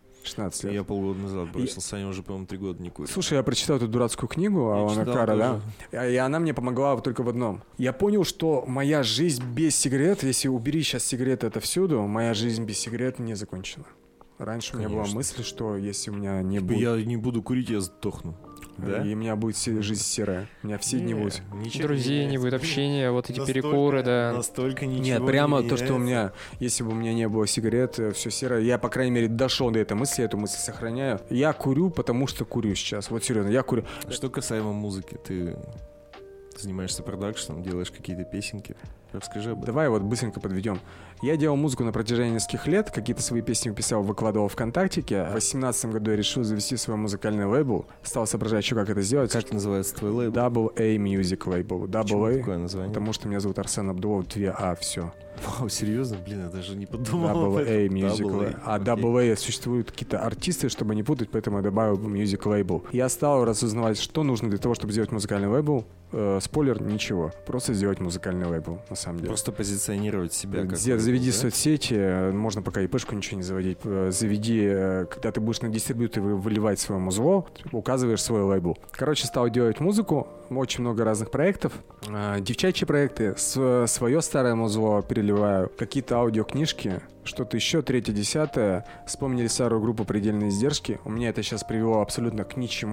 16 лет. Я полгода назад бросил. Саня уже, по-моему, 3 года не курит. Слушай, я прочитал эту дурацкую книгу Алана Кара, да? И она мне помогла только в одном. Я понял, что моя жизнь без сигарет, если убери сейчас сигареты отовсюду, моя жизнь без сигарет не закончена. Раньше у меня была мысль, что если у меня не будет... Я не буду курить, я сдохну. Да? И у меня будет жизнь серая. У меня все дни будут. Друзей не будет, общения, вот эти перекуры, да. Настолько ничего Нет, прямо то, что у меня, если бы у меня не было сигарет, все серое, я, по крайней мере, дошел до этой мысли, эту мысль сохраняю. Я курю, потому что курю сейчас. Вот серьезно, я курю. Что касаемо музыки, ты занимаешься продакшеном, делаешь какие-то песенки. Расскажи об этом. Давай вот быстренько подведем. Я делал музыку на протяжении нескольких лет, какие-то свои песни писал, выкладывал ВКонтактике. В 2018 году я решил завести свой музыкальный лейбл. Стал соображать, что как это сделать. Как называется твой лейбл? Double A Music Label. Почему такое название? Потому что меня зовут Арсен Абдулов, 2А, все. Вау, серьезно? Блин, я даже не подумал Double об этом. A Music Label. А Double A существуют какие-то артисты, чтобы не путать, поэтому я добавил Music Label. Я стал разузнавать, что нужно для того, чтобы сделать музыкальный лейбл. Спойлер, ничего. Просто сделать музыкальный лейбл, на самом деле. Просто позиционировать себя как заведи соцсети, можно пока ИПшку ничего не заводить. Заведи, когда ты будешь на дистрибьюторе выливать свое музло, указываешь свой лейбл. Короче, стал делать музыку, очень много разных проектов. Девчачьи проекты, свое старое музло переливаю, какие-то аудиокнижки, что-то еще, 3-10. Вспомнили старую группу «Предельные издержки». У меня это сейчас привело абсолютно к ничему.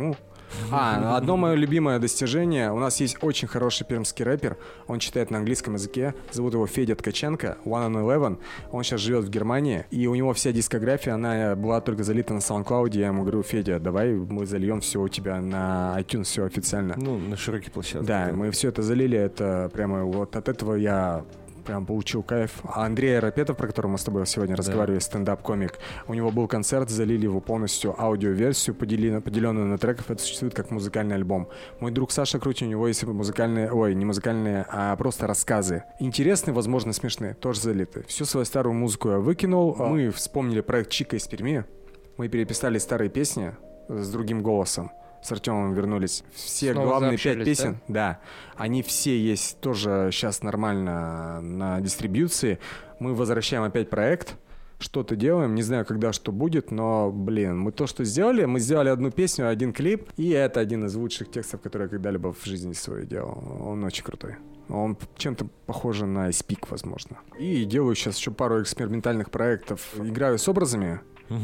Одно мое любимое достижение. У нас есть очень хороший пермский рэпер. Он читает на английском языке. Зовут его Федя Ткаченко, One on Eleven. Он сейчас живет в Германии. И у него вся дискография, она была только залита на SoundCloud. Я ему говорю: Федя, давай мы зальем все у тебя на iTunes, все официально. Ну, на широкие площадки. Да, мы все это залили. Это прямо вот от этого я прям получил кайф. А Андрей Арапетов, про которого мы с тобой сегодня разговаривали, стендап-комик, у него был концерт, залили его полностью аудиоверсию, поделенную на треков, это существует как музыкальный альбом. Мой друг Саша Крутин, у него есть музыкальные, не музыкальные, а просто рассказы. Интересные, возможно, смешные, тоже залиты. Всю свою старую музыку я выкинул. Мы вспомнили проект Чика из Перми. Мы переписали старые песни с другим голосом. С Артемом вернулись. Все снова главные 5 песен, да, они все есть тоже сейчас нормально на дистрибьюции. Мы возвращаем опять проект, что-то делаем, не знаю, когда что будет, но, мы то, что сделали, мы сделали одну песню, один клип, и это один из лучших текстов, который я когда-либо в жизни своей делал. Он очень крутой. Он чем-то похож на Speak, возможно. И делаю сейчас еще пару экспериментальных проектов. Играю с образами.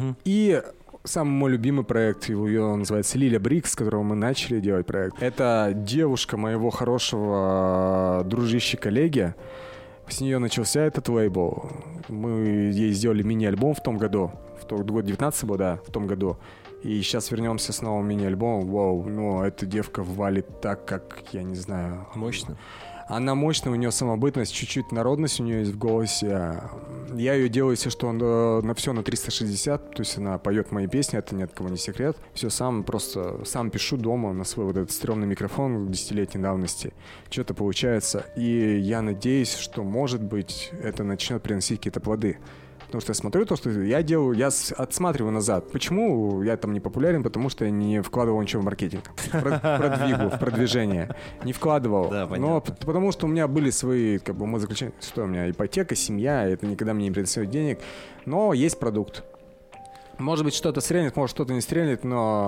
И самый мой любимый проект, ее называется Лиля Брикс, с которого мы начали делать проект. Это девушка моего хорошего дружища-коллеги. С нее начался этот лейбл. Мы ей сделали мини-альбом в том году. Год 19 был, да, в том году. И сейчас вернемся с новым мини-альбомом. Вау, эта девка валит так, как, я не знаю... Мощно. Она мощная, у нее самобытность, чуть-чуть народность у нее есть в голосе. Я ее делаю, если что, на все на 360, то есть она поет мои песни, это ни от кого не секрет. Все сам пишу дома на свой вот этот стрёмный микрофон 10-летней давности. Что-то получается. И я надеюсь, что, может быть, это начнет приносить какие-то плоды. Потому что я смотрю то, что я делаю, я отсматриваю назад. Почему я там не популярен? Потому что я не вкладывал ничего в маркетинг, в продвижение. Не вкладывал. Да, но потому что у меня были свои, мы заключали, что у меня ипотека, семья, это никогда мне не приносит денег. Но есть продукт. Может быть, что-то стрельнет, может, что-то не стрельнет,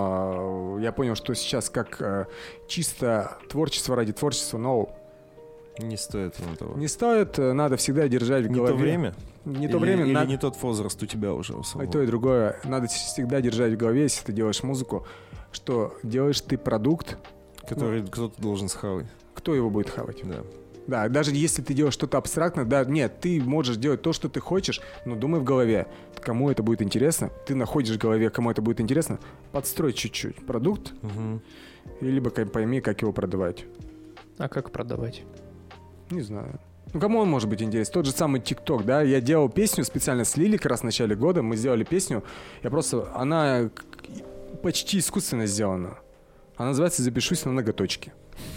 но я понял, что сейчас как чисто творчество ради творчества, не стоит того. Не стоит, надо всегда держать в голове. Не то время? Не то время. Или не тот возраст у тебя уже? И то, и другое. Надо всегда держать в голове, если ты делаешь музыку, что делаешь ты продукт, который кто-то должен схавать. Кто его будет хавать? Да. Да, даже если ты делаешь что-то абстрактно, ты можешь делать то, что ты хочешь, но думай в голове, кому это будет интересно. Ты находишь в голове, кому это будет интересно, подстрой чуть-чуть продукт, и либо пойми, как его продавать. А как продавать? Не знаю. Кому он может быть интересен? Тот же самый ТикТок, да? Я делал песню специально с Лили как раз в начале года. Мы сделали песню. Она почти искусственно сделана. Она называется «Запишусь на многоточке».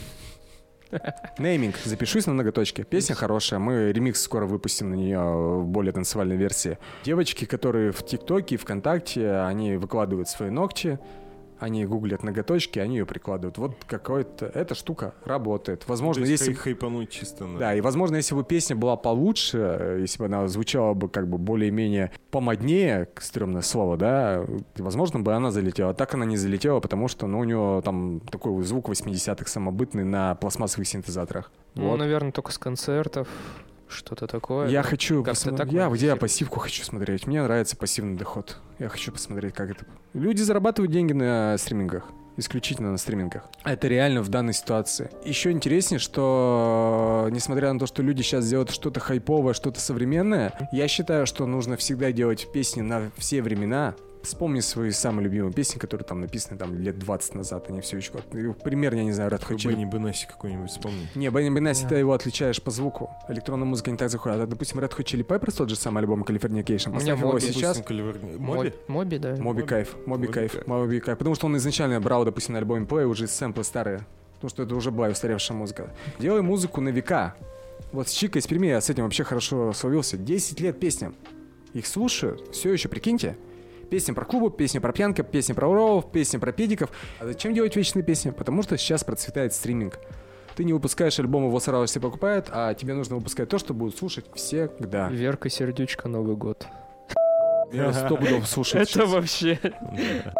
Нейминг «Запишусь на многоточке». Песня хорошая. Мы ремикс скоро выпустим на нее в более танцевальной версии. Девочки, которые в ТикТоке, ВКонтакте, они выкладывают свои ногти. Они гуглят ноготочки, они ее прикладывают. Вот эта штука работает. Возможно, если хайпануть чисто. Да, и возможно, если бы песня была получше, если бы она звучала бы более-менее помоднее, стрёмное слово, да, возможно бы она залетела. Так она не залетела, потому что, у нее там такой звук 80-х самобытный на пластмассовых синтезаторах. Наверное, только с концертов. Что-то такое. Я хочу посмотреть. Я пассивку хочу смотреть. Мне нравится пассивный доход. Я хочу посмотреть, как это. Люди зарабатывают деньги на стримингах. Исключительно на стримингах. Это реально в данной ситуации. Еще интереснее, что несмотря на то, что люди сейчас делают что-то хайповое, что-то современное, я считаю, что нужно всегда делать песни на все времена. Вспомни свои самые любимые песни, которые там написаны лет 20 назад, они все еще... Пример, я не знаю, Red Hot Chili... Бенни Бенасси какой-нибудь вспомни. Не, Бенни Бенасси, ты его отличаешь по звуку. Электронная музыка не так заходит. А, допустим, Red Hot Chili Peppers, тот же самый альбом Californication. Поставь его сейчас. Моби, да. Моби кайф. Потому что он изначально брал, допустим, на альбоме Play уже сэмплы старые. Потому что это уже была устаревшая музыка. Делай музыку на века. Вот с Чикой из Перми я с этим вообще хорошо словился. 10 лет песням. Их слушают. Все еще, прикиньте. Песня про клубы, песня про пьянка, песня про уролов, песня про педиков. А зачем делать вечные песни? Потому что сейчас процветает стриминг. Ты не выпускаешь альбом, его сразу все покупают, а тебе нужно выпускать то, что будут слушать всегда. Верка Сердючка, Новый год. Я 100 пудов слушаю. Это вообще...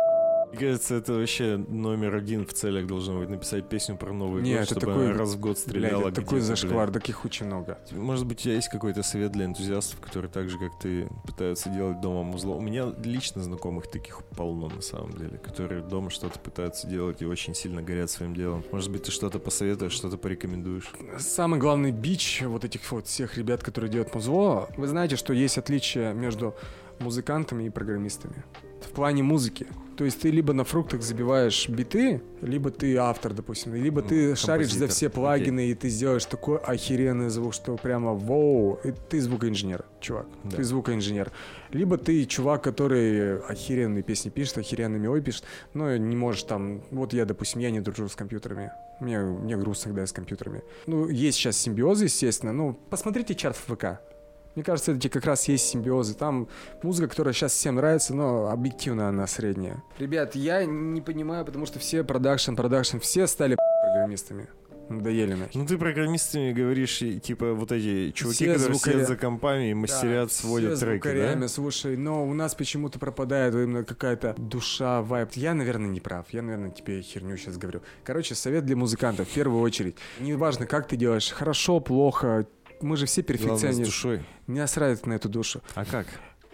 Мне кажется, это вообще номер один в целях должно быть, написать песню про Новый Не, год, это чтобы такой, она раз в год стреляла. Блядь, это такой где-то, зашквар, таких очень много. Может быть, у тебя есть какой-то совет для энтузиастов, которые так же, как ты, пытаются делать дома музло? У меня лично знакомых таких полно, на самом деле, которые дома что-то пытаются делать и очень сильно горят своим делом. Может быть, ты что-то посоветуешь, что-то порекомендуешь? Самый главный бич вот этих вот всех ребят, которые делают музло, вы знаете, что есть отличие между музыкантами и программистами в плане музыки. То есть ты либо на фруктах забиваешь биты, либо ты автор, допустим, либо ты шаришь за все плагины, и ты сделаешь такой охеренный звук, что прямо вау, и ты звукоинженер, чувак, Да. ты звукоинженер. Либо ты чувак, который охеренные песни пишет, охеренные мелодии пишет, но не можешь там, вот я, допустим, я не дружу с компьютерами, мне грустно, когда я с компьютерами. Ну, есть сейчас симбиозы, естественно, ну, посмотрите чарт в ВК. Мне кажется, это как раз есть симбиозы. Там музыка, которая сейчас всем нравится, но объективно она средняя. Ребят, я не понимаю, потому что все продакшн, все стали программистами. Надоели нахер. Ну ты программистами говоришь, и, типа вот эти чуваки, Все которые звукаря- сидят за компами и мастерят, сводят все треки, звукарями, да? слушай, но у нас почему-то пропадает именно какая-то душа, вайб. Я, наверное, не прав. Я, наверное, тебе херню сейчас говорю. Короче, совет для музыкантов в первую очередь. Неважно, как ты делаешь, хорошо, плохо. Мы же все Главное, с перфекционисты. душой. Не насрать на эту душу. А как?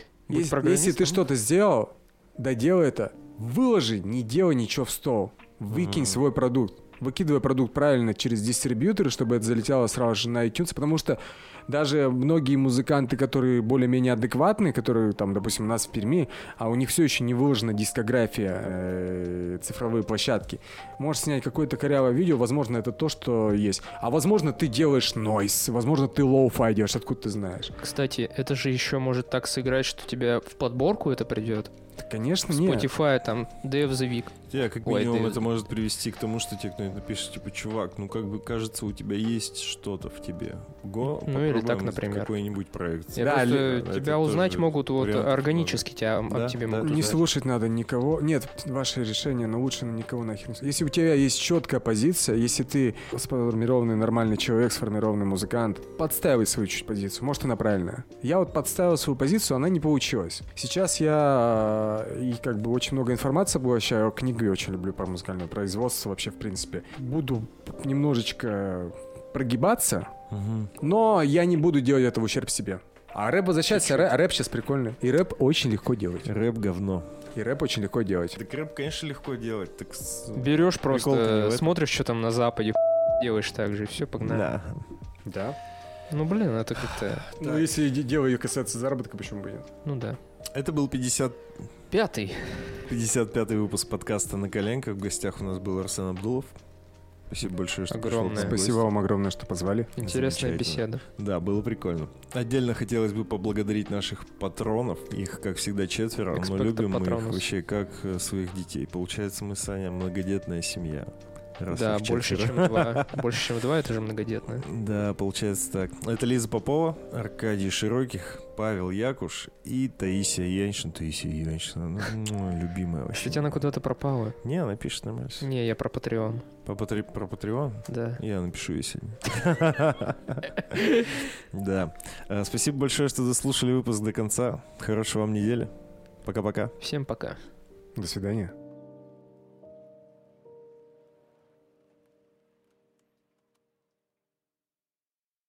Если ты что-то сделал, доделай это. Выложи, не делай ничего в стол. Выкинь свой продукт. Выкидывай продукт правильно через дистрибьюторы, чтобы это залетело сразу же на iTunes, потому что даже многие музыканты, которые более-менее адекватные, которые там, допустим, у нас в Перми, а у них все еще не выложена дискография, цифровые площадки, можешь снять какое-то корявое видео, возможно, это то, что есть. А возможно, ты делаешь нойз, возможно, ты лоу-фай делаешь, откуда ты знаешь. Кстати, это же еще может так сыграть, что тебе в подборку это придет. Да, конечно, В нет. Spotify там Day of the Week. Как Ой, минимум, ты- это может привести к тому, что тебе кто-нибудь напишет, типа, чувак, ну как бы кажется, у тебя есть что-то в тебе. Го, Ну, или так, попробуем например. какой-нибудь проект. Я Да, просто это тебя узнать тоже могут вот вариант органически тебя, Да, об тебе да, могут Не узнать. слушать надо никого. Нет, ваше решение, но лучше на никого нахер не слушать. Если у тебя есть четкая позиция, если ты сформированный нормальный человек, сформированный музыкант, подстаивай свою чуть позицию. Может, она правильная. Я вот подставил свою позицию, она не получилась. Сейчас я и как бы очень много информации обогащаю. Книги очень люблю про музыкальное производство вообще, в принципе. Буду немножечко прогибаться, Мгм. но я не буду делать это в ущерб себе. А рэп возвращается, рэп сейчас прикольный. И рэп очень легко делать. Рэп говно. И рэп очень легко делать. Так рэп, конечно, легко делать. Так Берешь Прикол-то не в просто, этом. смотришь, что там на Западе, делаешь так же, и все, погнали. Да. Да. Ну, блин, это как-то... Ну, если дело ее касается заработка, почему бы и нет? Ну да. Это был 5-й. 55-й выпуск подкаста «На коленках». В гостях у нас был Арсен Абдулов. Спасибо большое, что пришел. Огромное. к нам в Спасибо гости. вам огромное, что позвали. Интересная Замечательно. беседа. Да, было прикольно. Отдельно хотелось бы поблагодарить наших патронов. Их, как всегда, 4, но Экспекто любим мы их патронус. вообще как своих детей. Получается, мы с Саней многодетная семья. Раз Да, их больше 4. чем 2. Больше, чем 2, это же многодетное. Да, получается так. Это Лиза Попова, Аркадий Широких, Павел Якуш и Таисия Яньшина. Любимая вообще. Кстати, она куда-то пропала. Не, она пишет нормально. Не, я про Patreon. Про Патреон? Да. Я напишу ей сегодня. Да. Спасибо большое, что дослушали выпуск до конца. Хорошей вам недели. Пока-пока. Всем пока. До свидания.